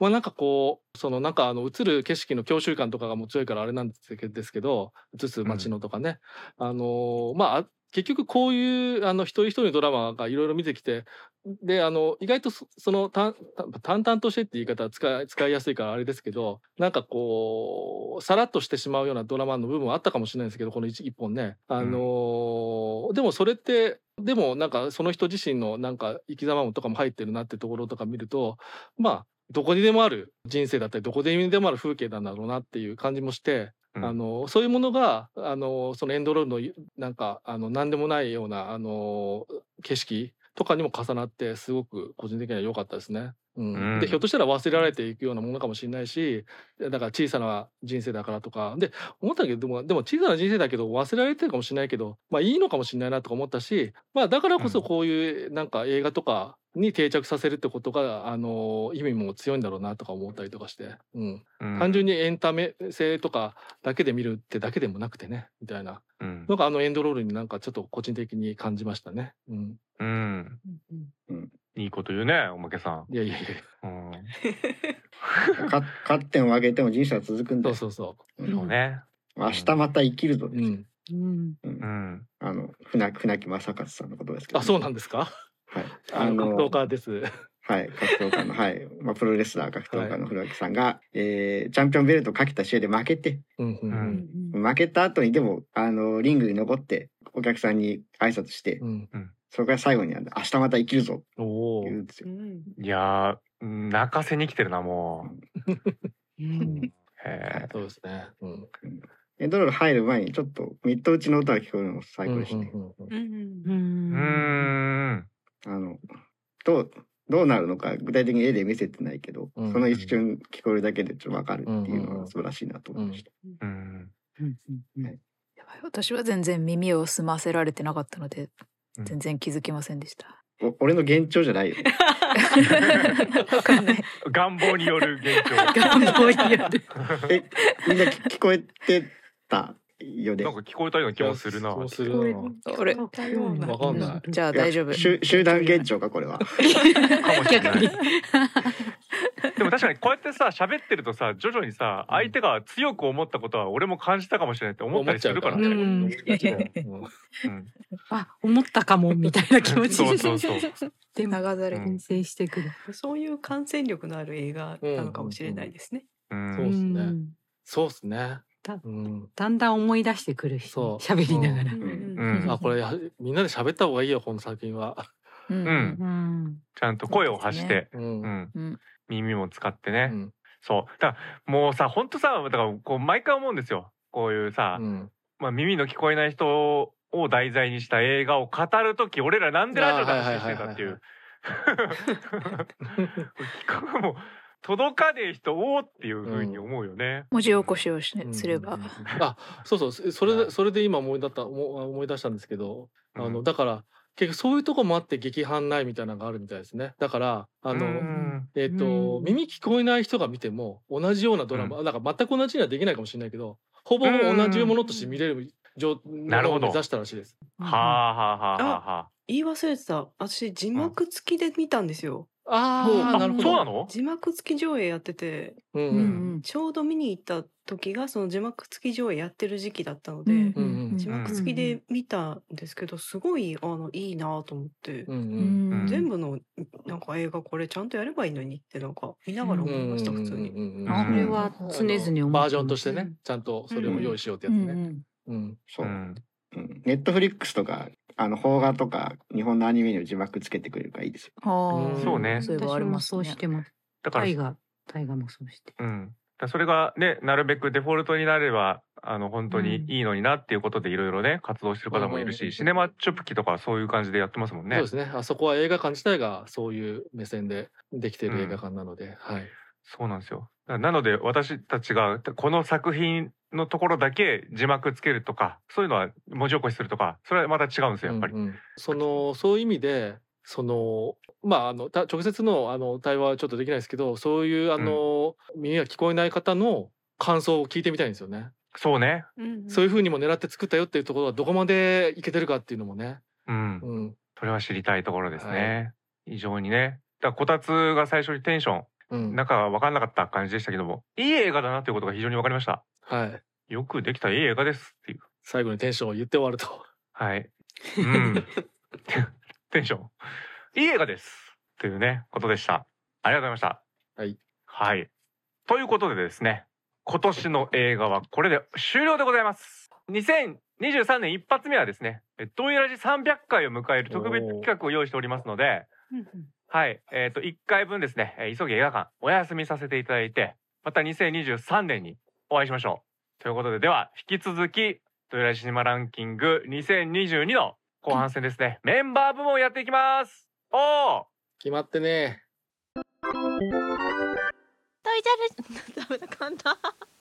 D: まあなんかこうそのなんか映る景色の郷愁感とかがもう強いからあれなんですけど、映す街のとかね、まあ結局こういう一人一人のドラマがいろいろ見てきて、で意外とその淡々としてって言い方は使いやすいからあれですけど、なんかこうさらっとしてしまうようなドラマの部分はあったかもしれないですけど、この一本ね、でもそれってでもなんかその人自身のなんか生き様とかも入ってるなってところとか見ると、まあどこにでもある人生だったりどこにでもある風景なんだろうなっていう感じもして、そういうものがそのエンドロールのなんか何でもないような景色とかにも重なってすごく個人的には良かったですね。でひょっとしたら忘れられていくようなものかもしれないし、だから小さな人生だからとかで思ったけど、でも小さな人生だけど忘れられてるかもしれないけど、まあいいのかもしれないなとか思ったし、まあだからこそこういうなんか映画とかに定着させるってことが意味も強いんだろうなとか思ったりとかして、単純にエンタメ性とかだけで見るってだけでもなくてねみたいなのがエンドロールになんかちょっと個人的に感じましたね。
B: いいこと言うね、おまけさん。
D: いやいやい
G: や。勝っても負けても人生は続くんだよ。
B: そうね。
G: 明日また生きるぞ。船木正和さんのことですけど。
D: あ、そうなんですか。
G: はい。
D: 格闘家です。
G: はい、格闘家の、はい、まあ、プロレスラー格闘家の船木さんが、チャンピオンベルトをかけた試合で負けて、負けた後にでもリングに残ってお客さんに挨拶して、それから最後に明日また生きるぞって言うんですよ。
B: いやー、泣かせに来てるなもう。
D: そうですね。
G: エンドロール入る前にちょっとミッド打ちの歌が聞こえるのも最高でしたね。どうなるのか具体的に絵で見せてないけど、その一瞬聞こえるだけでちょっと分かるっていうのは素晴らしいなと思いました。
C: 私は全然耳を澄ませられてなかったので全然気づきませんでした。
G: 俺の幻聴じゃないよ。
C: わかんない。
B: 願望による幻聴。
C: 願望による。
G: みんな聞こえてたよね。
B: なんか聞こえたような気もするな。
C: あれ、
D: わかんない。
C: じゃあ大丈夫。
G: 集団幻聴かこれは。
C: 逆に。
B: でも確かにこうやってさ喋ってるとさ徐々にさ相手が強く思ったことは俺も感じたかもしれないって思ったりするからね。
F: あ、思ったかもみたいな気持ち
C: で流され
F: 転生してくる。
E: そういう感染力のある映画なのかもしれないですね。
D: そうですね。そうですね。
F: だんだん思い出してくるし、喋りながら。
D: あ、これみんなで喋った方がいいよこの作品は。
B: ちゃんと声を発して、耳も使ってね。そうだからもうさ本当さだからこう毎回思うんですよ。こういうさ、まあ耳の聞こえない人を題材にした映画を語るとき俺らなんでラジオで話してたっていう。もう届かねえ人をっていう風に思うよね。
C: 文字起こしをすれば。
D: あ、そうそれで今思い出したんですけど、だから結局そういうとこもあって劇伴ないみたいなのがあるみたいですね。だから耳聞こえない人が見ても同じようなドラマ、だから全く同じにはできないかもしれないけど、ほぼ同じものとして見れるものを目指したらしいです。
E: 言い忘れてた。私字幕付きで見たんですよ。
D: なるほど。
B: そうなの？
E: 字幕付き上映やってて、ちょうど見に行った時がその字幕付き上映やってる時期だったので、字幕付きで見たんですけど、すごいいいなと思って、全部のなんか映画これちゃんとやればいいのにってなんか見ながら思いました普通に。
F: あれは常々
D: バージョンとしてね、ちゃんとそれを用意しようってやつね。
G: そう。ネットフリックスとか邦画とか日本のアニメに字幕つけてくれるからいいですよ。
B: そうね。
F: 私もそうしてます。大河もそうして。
B: それがねなるべくデフォルトになれば本当にいいのになっていうことでいろいろね活動してる方もいるし、シネマチョプキとかそういう感じでやってますもんね。
D: そうですね。あそこは映画館自体がそういう目線でできてる映画館なので、はい。
B: そうなんですよ。なので私たちがこの作品のところだけ字幕つけるとかそういうのは文字起こしするとかそれはまた違うんですよやっぱり。
D: そういう意味でまあ直接の対話はちょっとできないですけど、そういう耳が聞こえない方の感想を聞いてみたいんですよね。
B: そうね。
D: そういう風にも狙って作ったよっていうところはどこまでいけてるかっていうのもね。
B: それは知りたいところですね。非常にね。だこたつが最初にテンションなんか分かんなかった感じでしたけども、いい映画だなということが非常に分かりました。
D: はい。
B: よくできたいい映画ですっていう。
D: 最後にテンションを言って終わると。
B: はい。うん。テンション。いい映画ですというねことでした。ありがとうございました。
D: はい。
B: はい。ということでですね、今年の映画はこれで終了でございます。2023年一発目はですね、ドイラジ300回を迎える特別企画を用意しておりますので、はい、1回分ですね、急ぎ映画館お休みさせていただいて、また2023年にお会いしましょう。ということで、では引き続きドイラジシネマランキング2022の後半戦ですね、メンバー部門をやっていきます。
D: 決まってね。
A: ドイジャルダメだ、簡単。